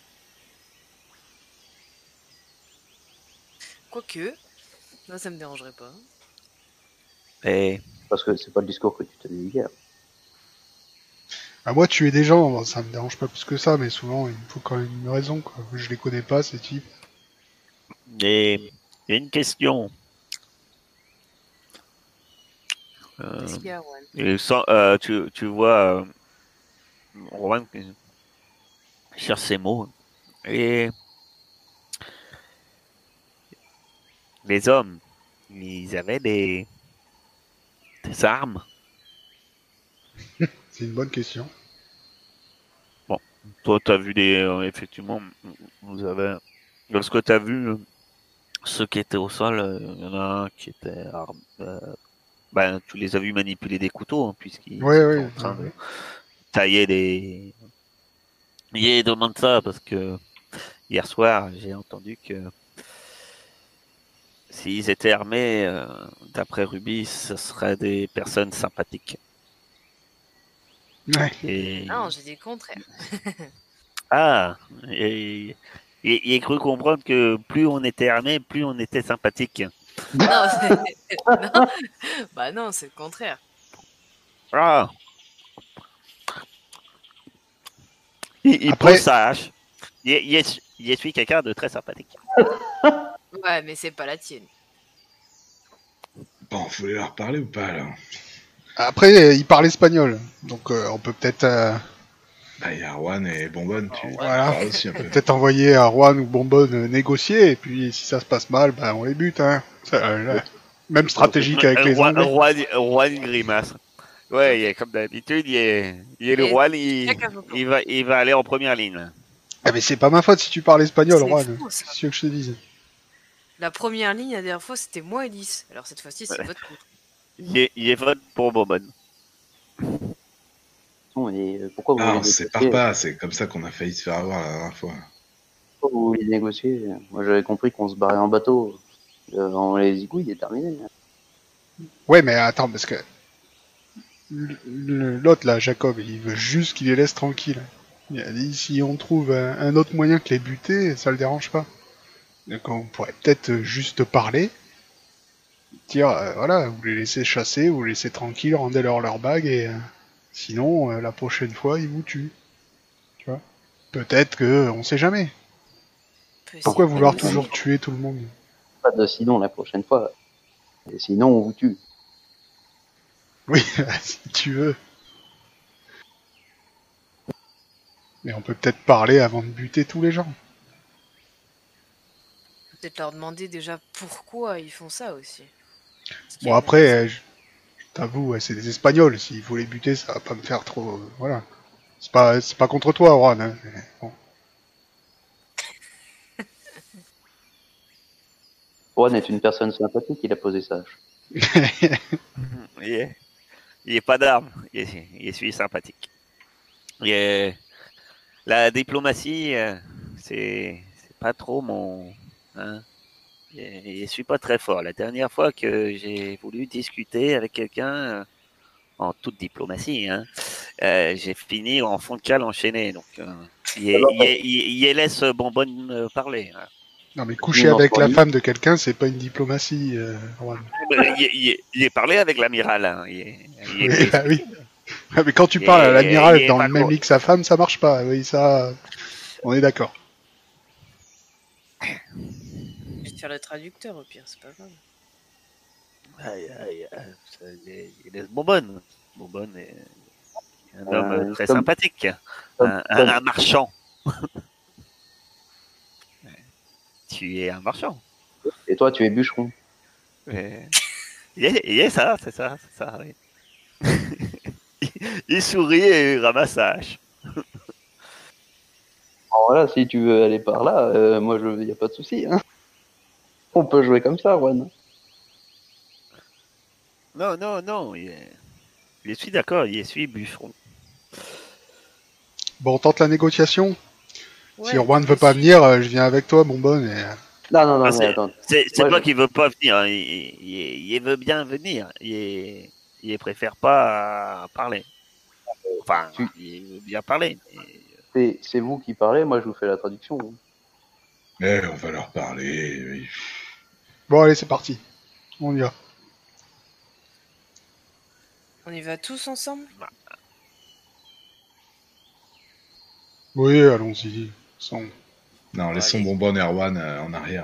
Quoique, moi ça me dérangerait pas. Et Parce que c'est pas le discours que tu tenais hier. À moi, tuer des gens, bon, ça me dérange pas plus que ça, mais souvent, il me faut quand même une raison, quoi. Je les connais pas, ces types. il y a une question. Qu'est-ce qu'il y a, Juan? Tu vois Rowan qui cherche ses mots. Et les hommes, ils avaient des armes. C'est une bonne question. Toi, tu as vu effectivement, vous avez. Lorsque tu as vu ceux qui étaient au sol, il y en a un qui était armé. Ben, tu les as vus manipuler des couteaux, hein, puisqu'ils Ouais, étaient ouais, en train ouais. de tailler des. Il demande ça parce que hier soir, j'ai entendu que s'ils étaient armés, d'après Ruby, ce seraient des personnes sympathiques. Ouais. Et... Non, j'ai dit le contraire. Ah, il a cru comprendre que plus on était armé, plus on était sympathique. Non, non. Bah non, c'est le contraire. Ah. Il Après- pose sa hache. Il essuie quelqu'un de très sympathique. Ouais, mais c'est pas la tienne. Bon, faut les leur parler ou pas, là? Après, il parle espagnol, donc on peut peut-être Bah, il y a Juan et Bonbonne, tu voilà. parles aussi un peu. peut-être envoyer à Juan ou Bonbonne négocier, et puis si ça se passe mal, ben on les bute. Hein. Même stratégique avec les Anglais. Juan grimace. Ouais, comme d'habitude, il est le Et Juan, chacun son tour. il va aller en première ligne. Ah mais c'est pas ma faute si tu parles espagnol, C'est Juan. fou, ça. C'est ce que je te dise. La première ligne, la dernière fois, c'était moi et Lys. Alors cette fois-ci, c'est Ouais. votre coup. Il est vote pour Bobon. Et pourquoi vous Ah, voulez on se négocier sépare pas, c'est comme ça qu'on a failli se faire avoir la dernière fois. Pourquoi vous voulez négocier? Moi j'avais compris qu'on se barrait en bateau. On les zigouilles et terminé. Ouais, mais attends, parce que l'autre là, Jacob, il veut juste qu'il les laisse tranquilles. Il a dit si on trouve un autre moyen que les buter, ça le dérange pas. Donc on pourrait peut-être juste parler, dire voilà, vous les laissez chasser, vous les laissez tranquilles, rendez-leur leur bague et sinon la prochaine fois ils vous tuent. Tu vois? Peut-être que on sait jamais. Pourquoi vouloir toujours tuer tout le monde? Pas de sinon la prochaine fois. Et sinon on vous tue. Oui, si tu veux. Mais on peut peut-être parler avant de buter tous les gens. Peut-être leur demander déjà pourquoi ils font ça aussi. Bon après, je t'avoue, c'est des Espagnols. S'il faut les buter, ça va pas me faire trop. Voilà. C'est pas contre toi, Juan. Hein, mais bon. Juan est une personne sympathique, il a posé sa hache. Il est pas d'armes. Il est celui sympathique. La diplomatie, c'est pas trop mon. Hein. Je suis pas très fort. La dernière fois que j'ai voulu discuter avec quelqu'un en toute diplomatie, hein, j'ai fini en fond de cale enchaîné. Donc, il laisse Bonbonne parler. Hein. Non mais coucher avec la femme de quelqu'un, c'est pas une diplomatie, Juan. Il est parlé avec l'amiral. Hein. Oui, bah oui. Mais quand tu parles à l'amiral dans le même lit que sa femme, ça marche pas. Oui, ça. On est d'accord. Je vais te faire le traducteur au pire, c'est pas grave. Il est Bonbonne. Bonbonne est un homme très comme- sympathique. comme- Un marchand. Tu es un marchand. Et toi, tu es bûcheron. Ça, c'est ça, oui. Il sourit et il ramasse sa hache. Alors voilà, si tu veux aller par là, moi, il n'y a pas de souci. Hein. On peut jouer comme ça, Juan. Non, je suis d'accord, il suis bûcheron. Bon, on tente la négociation. Ouais, Si Juan ne puis veut pas aussi- venir, je viens avec toi, Bonbonne. Et... Non, Ah, mais attends. C'est Moi, pas je- qu'il veut pas venir, hein, il veut bien venir. Il préfère pas parler. Enfin, il veut bien parler. C'est vous qui parlez, moi, je vous fais la traduction. Hein. Mais on va leur parler. Oui. Bon, allez, c'est parti. On y va. On y va tous ensemble? Oui, allons-y. Sans... Non, laissons Allez. Bonbonne et Erwan en arrière.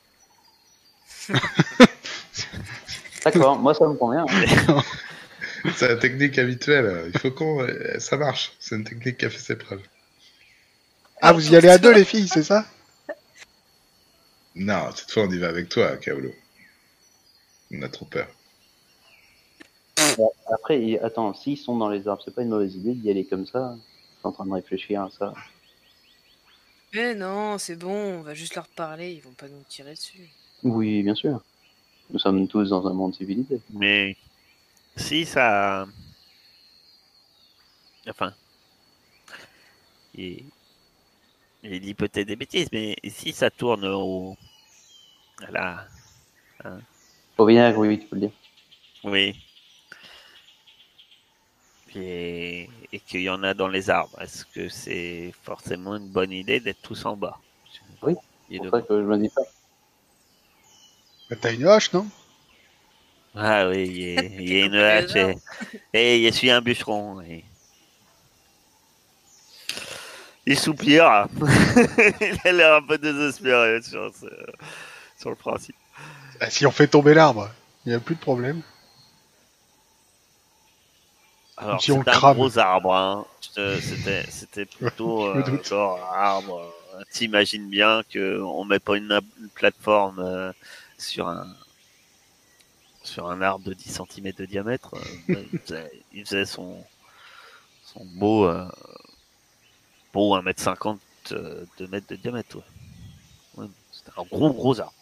D'accord, moi, ça me convient. Hein. C'est la technique habituelle. Il faut qu'on. Ça marche. C'est une technique qui a fait ses preuves. Ah, vous y allez à deux, les filles, c'est ça? Non, cette fois, on y va avec toi, Kaolo. On a trop peur. Après, attends, s'ils sont dans les arbres, c'est pas une mauvaise idée d'y aller comme ça. Je suis en train de réfléchir à ça. Mais non, c'est bon, on va juste leur parler, ils vont pas nous tirer dessus. Oui, bien sûr. Nous sommes tous dans un monde civilisé. Mais si ça. Enfin. Il dit peut-être des bêtises, mais si ça tourne au. Là. Au vinaigre, oui, tu peux le dire. Oui. Et qu'il y en a dans les arbres, est-ce que c'est forcément une bonne idée d'être tous en bas? Oui, Et C'est de- pour ça que je me dis pas. Bah, t'as une hache, non? Ah oui, il y a une compris les hache arbres. et je suis un bûcheron. Il soupire. Il a l'air un peu désespéré sur le principe. Bah, si on fait tomber l'arbre, il n'y a plus de problème. Alors, Si on c'était le un crame. gros arbre. Hein. C'était plutôt Je me doute. genre arbre. T'imagines bien qu'on met pas une plateforme sur un arbre de 10 cm de diamètre. Il faisait son beau 1,50 m, 2 mètres de diamètre. Ouais. Ouais, c'était un gros arbre.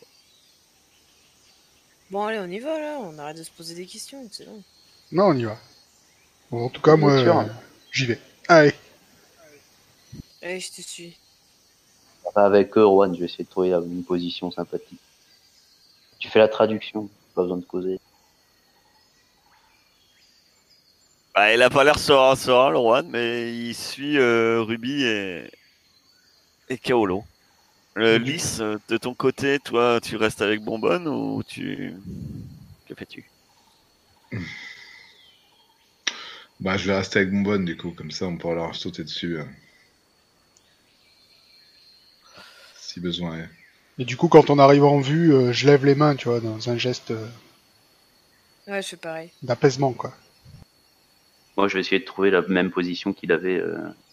Bon, allez, on y va là, on arrête de se poser des questions, c'est bon. Non, on y va. Bon, en tout cas, Vous moi, êtes sûr, hein? j'y vais. Allez. Allez, je te suis. Avec eux, Juan, je vais essayer de trouver une position sympathique. Tu fais la traduction, pas besoin de causer. Bah, il a pas l'air serein, le Juan, mais il suit Ruby et Kaolo. Lys, de ton côté, toi, tu restes avec Bonbonne ou tu... Que fais-tu? Bah, je vais rester avec Bonbonne, du coup. Comme ça, on pourra leur sauter dessus. Si besoin est. Et du coup, quand on arrive en vue, je lève les mains, tu vois, dans un geste Ouais, je fais pareil. d'apaisement, quoi. Moi, je vais essayer de trouver la même position qu'il avait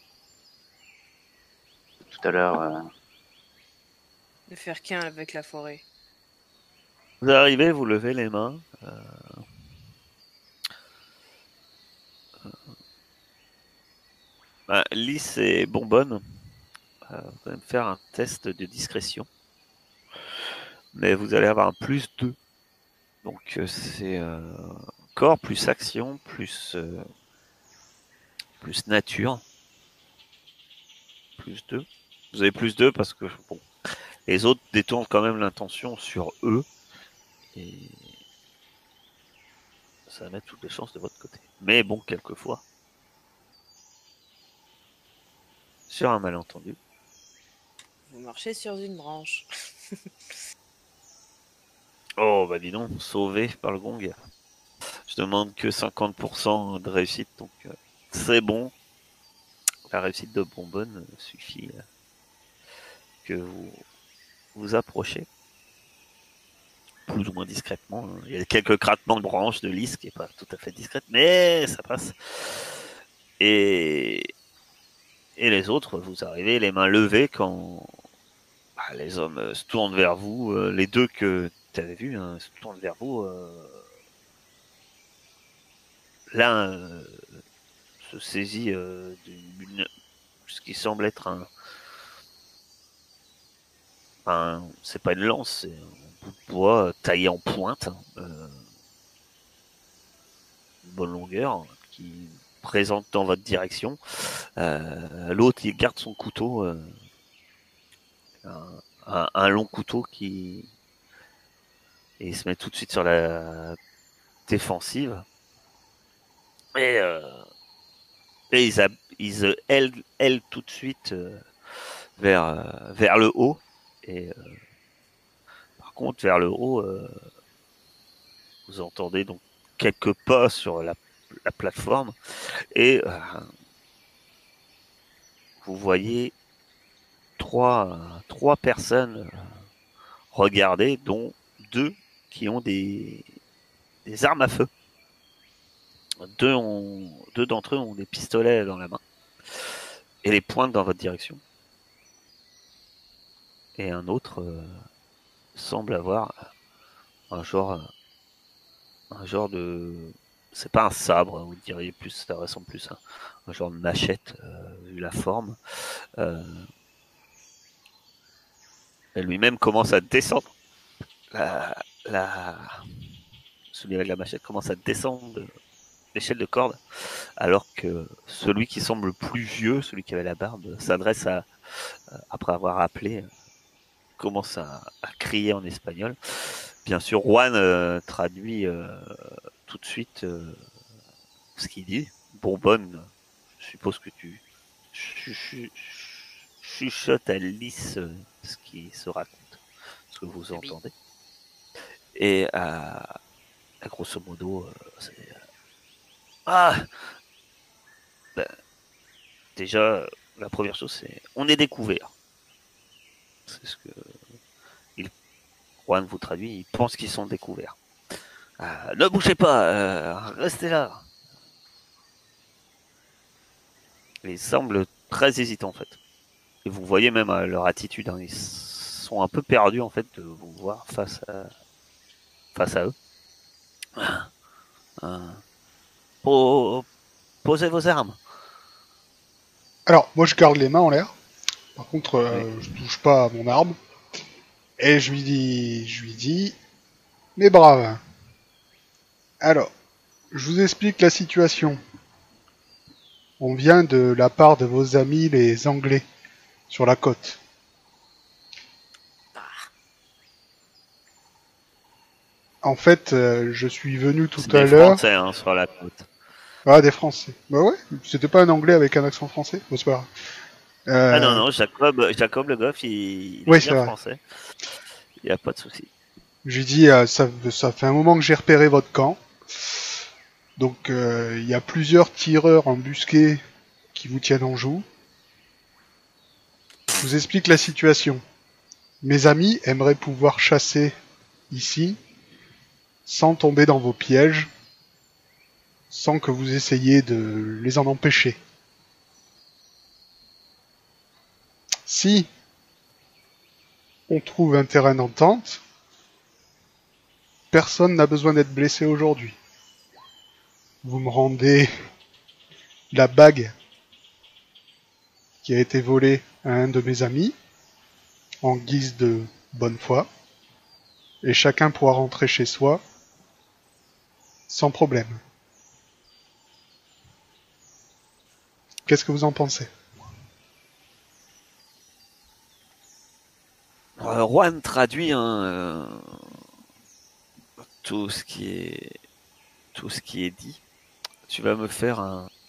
tout à l'heure. De faire qu'un avec la forêt. Vous arrivez, vous levez les mains. Lys et Bonbonne, vous allez me faire un test de discrétion. Mais vous allez avoir un plus 2. Donc c'est corps plus action plus nature. Plus 2. Vous avez plus 2 parce que bon, les autres détournent quand même l'intention sur eux. Et ça va mettre toutes les chances de votre côté. Mais bon, quelquefois, sur un malentendu. Vous marchez sur une branche. Oh, bah dis donc, sauvé par le gong. Je demande que 50% de réussite, donc c'est bon. La réussite de Bonbonne suffit que vous vous approchez, plus ou moins discrètement. Hein. Il y a quelques craquements de branches de lys qui est pas tout à fait discrète, mais ça passe. Et les autres, vous arrivez les mains levées quand les hommes se tournent vers vous. Les deux que tu avais vus se tournent vers vous. L'un se saisit ce qui semble être c'est pas une lance, c'est un bout de bois taillé en pointe, une bonne longueur, qui présente dans votre direction. L'autre, il garde son couteau, un long couteau et il se met tout de suite sur la défensive. Et ils aillent tout de suite vers le haut. Et par contre, vers le haut, vous entendez donc quelques pas sur la plateforme et vous voyez trois personnes regarder, dont deux qui ont des armes à feu. Deux d'entre eux ont des pistolets dans la main et les pointent dans votre direction. Et un autre semble avoir un genre de, c'est pas un sabre, vous diriez plus, ça ressemble plus à un genre de machette vu la forme. Et lui-même commence à descendre. Celui avec la machette commence à descendre l'échelle de corde, alors que celui qui semble plus vieux, celui qui avait la barbe, s'adresse après avoir appelé, commence à crier en espagnol. Bien sûr, Juan traduit tout de suite ce qu'il dit. Bourbonne, je suppose que tu chuchotes à Lys ce qui se raconte, ce que vous entendez. Et grosso modo, c'est... déjà, la première chose, c'est on est découvert. C'est ce que Juan vous traduit, il pense qu'ils sont découverts. Ne bougez pas, restez là. Ils semblent très hésitants en fait. Et vous voyez même leur attitude, ils sont un peu perdus en fait de vous voir face à eux. Posez vos armes. Alors, moi je garde les mains en l'air. Par contre, je touche pas à mon arme. Et je lui dis, mes braves. Alors, je vous explique la situation. On vient de la part de vos amis les Anglais, sur la côte. En fait, je suis venu tout à l'heure... C'est des Français sur la côte. Ah, des Français. Bah ouais, c'était pas un Anglais avec un accent français. Bon, c'est pas grave. Ah non, Jacob Le Goff, il oui, est bien français. Il n'y a pas de souci. Je lui dis, ça fait un moment que j'ai repéré votre camp. Donc, il y a plusieurs tireurs embusqués qui vous tiennent en joue. Je vous explique la situation. Mes amis aimeraient pouvoir chasser ici, sans tomber dans vos pièges, sans que vous essayiez de les en empêcher. Si on trouve un terrain d'entente, personne n'a besoin d'être blessé aujourd'hui. Vous me rendez la bague qui a été volée à un de mes amis, en guise de bonne foi, et chacun pourra rentrer chez soi sans problème. Qu'est-ce que vous en pensez ? Juan traduit tout ce qui est dit. Tu vas me faire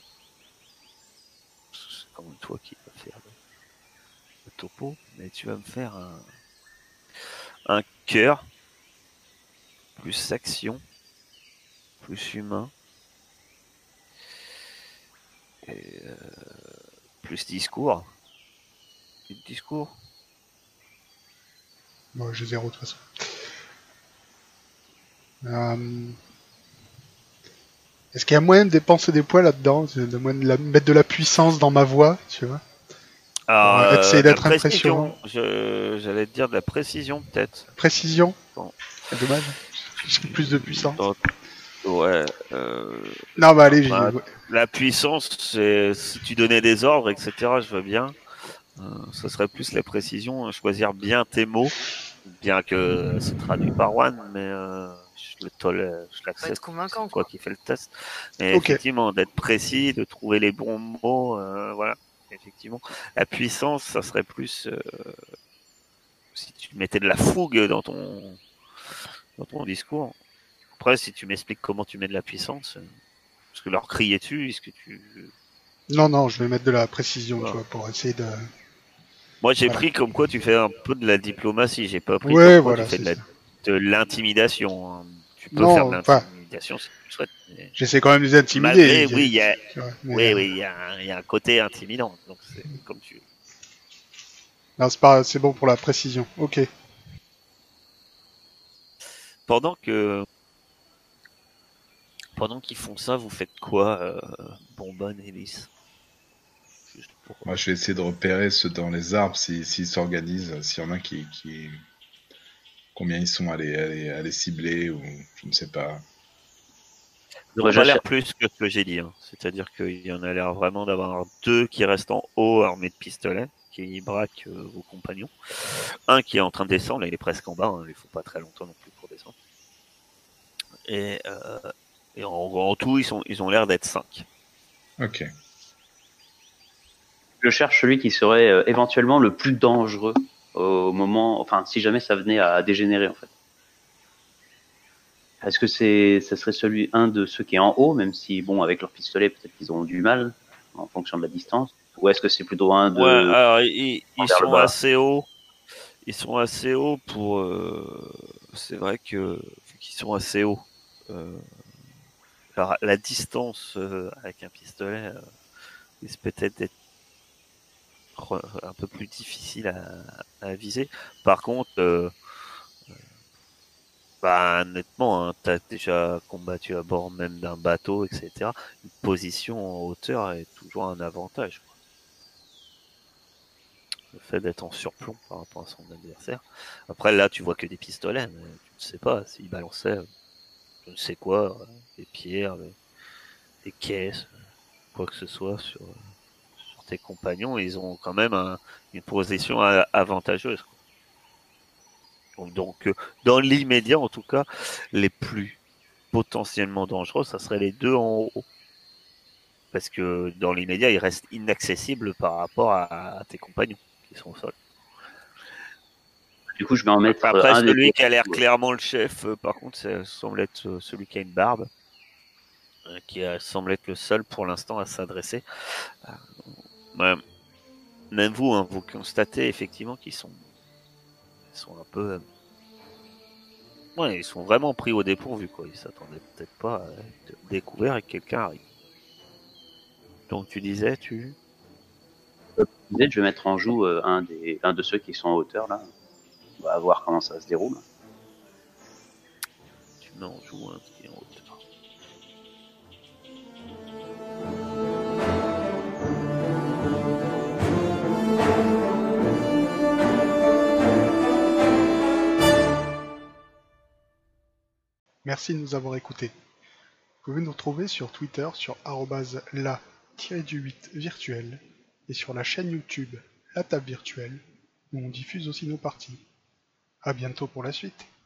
c'est comme toi qui vas faire le topo, mais tu vas me faire un cœur plus action plus humain et plus discours. Discours. Bon, j'ai 0 de toute façon. Est-ce qu'il y a moyen de dépenser des points là-dedans, mettre de la puissance dans ma voix, tu vois, pour essayer De la d'être impressionnant. précision, j'allais te dire de la précision peut-être. Précision. Bon. C'est dommage. J'ai plus de puissance. Ouais. Non, bah allez, la puissance, c'est si tu donnais des ordres, etc. Je vois bien. Ça serait plus la précision, choisir bien tes mots, bien que c'est traduit par One, mais je Pas l'accepte. être convaincant, C'est toi quoi. qui fais le test. Mais Ok. effectivement, d'être précis, de trouver les bons mots, voilà. Effectivement, la puissance, ça serait plus si tu mettais de la fougue dans ton discours. Après, si tu m'expliques comment tu mets de la puissance, parce que leur crier dessus, est-ce que tu... Non, je vais mettre de la précision, Voilà. tu vois, pour essayer de... Moi, j'ai Voilà. pris comme quoi tu fais un peu de la diplomatie. J'ai pas pris Ouais, comme quoi voilà, tu fais c'est ça. de l'intimidation. Hein. Tu peux faire de Non, enfin, l'intimidation si tu le souhaites. Mais j'essaie quand même de les intimider. malgré, oui, il y a, Tu vois, mais, oui, il y a un côté intimidant. Donc c'est comme tu veux. non, c'est pas, c'est bon pour la précision. Ok. Pendant qu'ils font ça, vous faites quoi, Bonbonne et Lys? Juste pour... Moi, je vais essayer de repérer ceux dans les arbres, s'ils s'organisent, s'il y en a combien ils sont à les cibler, ou je ne sais pas. On a l'air plus que ce que j'ai dit. Hein. C'est-à-dire qu'il y en a l'air vraiment d'avoir 2 qui restent en haut armés de pistolets, qui braquent vos compagnons. Un qui est en train de descendre, là il est presque en bas, hein. Il ne faut pas très longtemps non plus pour descendre. Et en tout, ils ont l'air d'être 5. Ok. Je cherche celui qui serait éventuellement le plus dangereux au moment, enfin, si jamais ça venait à dégénérer, en fait. Est-ce que ça serait un de ceux qui est en haut, même si, bon, avec leur pistolet, peut-être qu'ils ont du mal en fonction de la distance, ou est-ce que c'est plutôt un de... Ouais, alors ils vers le sont bas. assez hauts. Ils sont assez hauts pour... c'est vrai que vu qu'ils sont assez hauts, alors, la distance avec un pistolet risque peut-être d'être un peu plus difficile à viser. Par contre, bah, honnêtement, hein, t'as déjà combattu à bord même d'un bateau, etc. Une position en hauteur est toujours un avantage. Quoi. Le fait d'être en surplomb par rapport à son adversaire. Après, là, tu vois que des pistolets, mais tu ne sais pas s'ils balançaient je ne sais quoi, des pierres, des caisses, quoi que ce soit sur tes compagnons. Ils ont quand même une position avantageuse. Quoi. Donc, dans l'immédiat, en tout cas, les plus potentiellement dangereux, ça serait les 2 en haut. Parce que dans l'immédiat, ils restent inaccessibles par rapport à tes compagnons qui sont au sol. Du coup, je vais en mettre Après, un celui des qui a l'air clairement le chef, par contre, ça semble être celui qui a une barbe, qui semble être le seul pour l'instant à s'adresser. Même vous, hein, vous constatez effectivement qu'ils sont un peu... ouais, ils sont vraiment pris au dépourvu, quoi. Ils s'attendaient peut-être pas à être découverts et que quelqu'un arrive. Donc tu disais, Je vais mettre en joue un de ceux qui sont en hauteur, là. On va voir comment ça se déroule. tu mets en joue un qui est en hauteur. Merci de nous avoir écoutés. Vous pouvez nous retrouver sur Twitter sur @la-8virtuel et sur la chaîne YouTube La Table Virtuelle où on diffuse aussi nos parties. A bientôt pour la suite.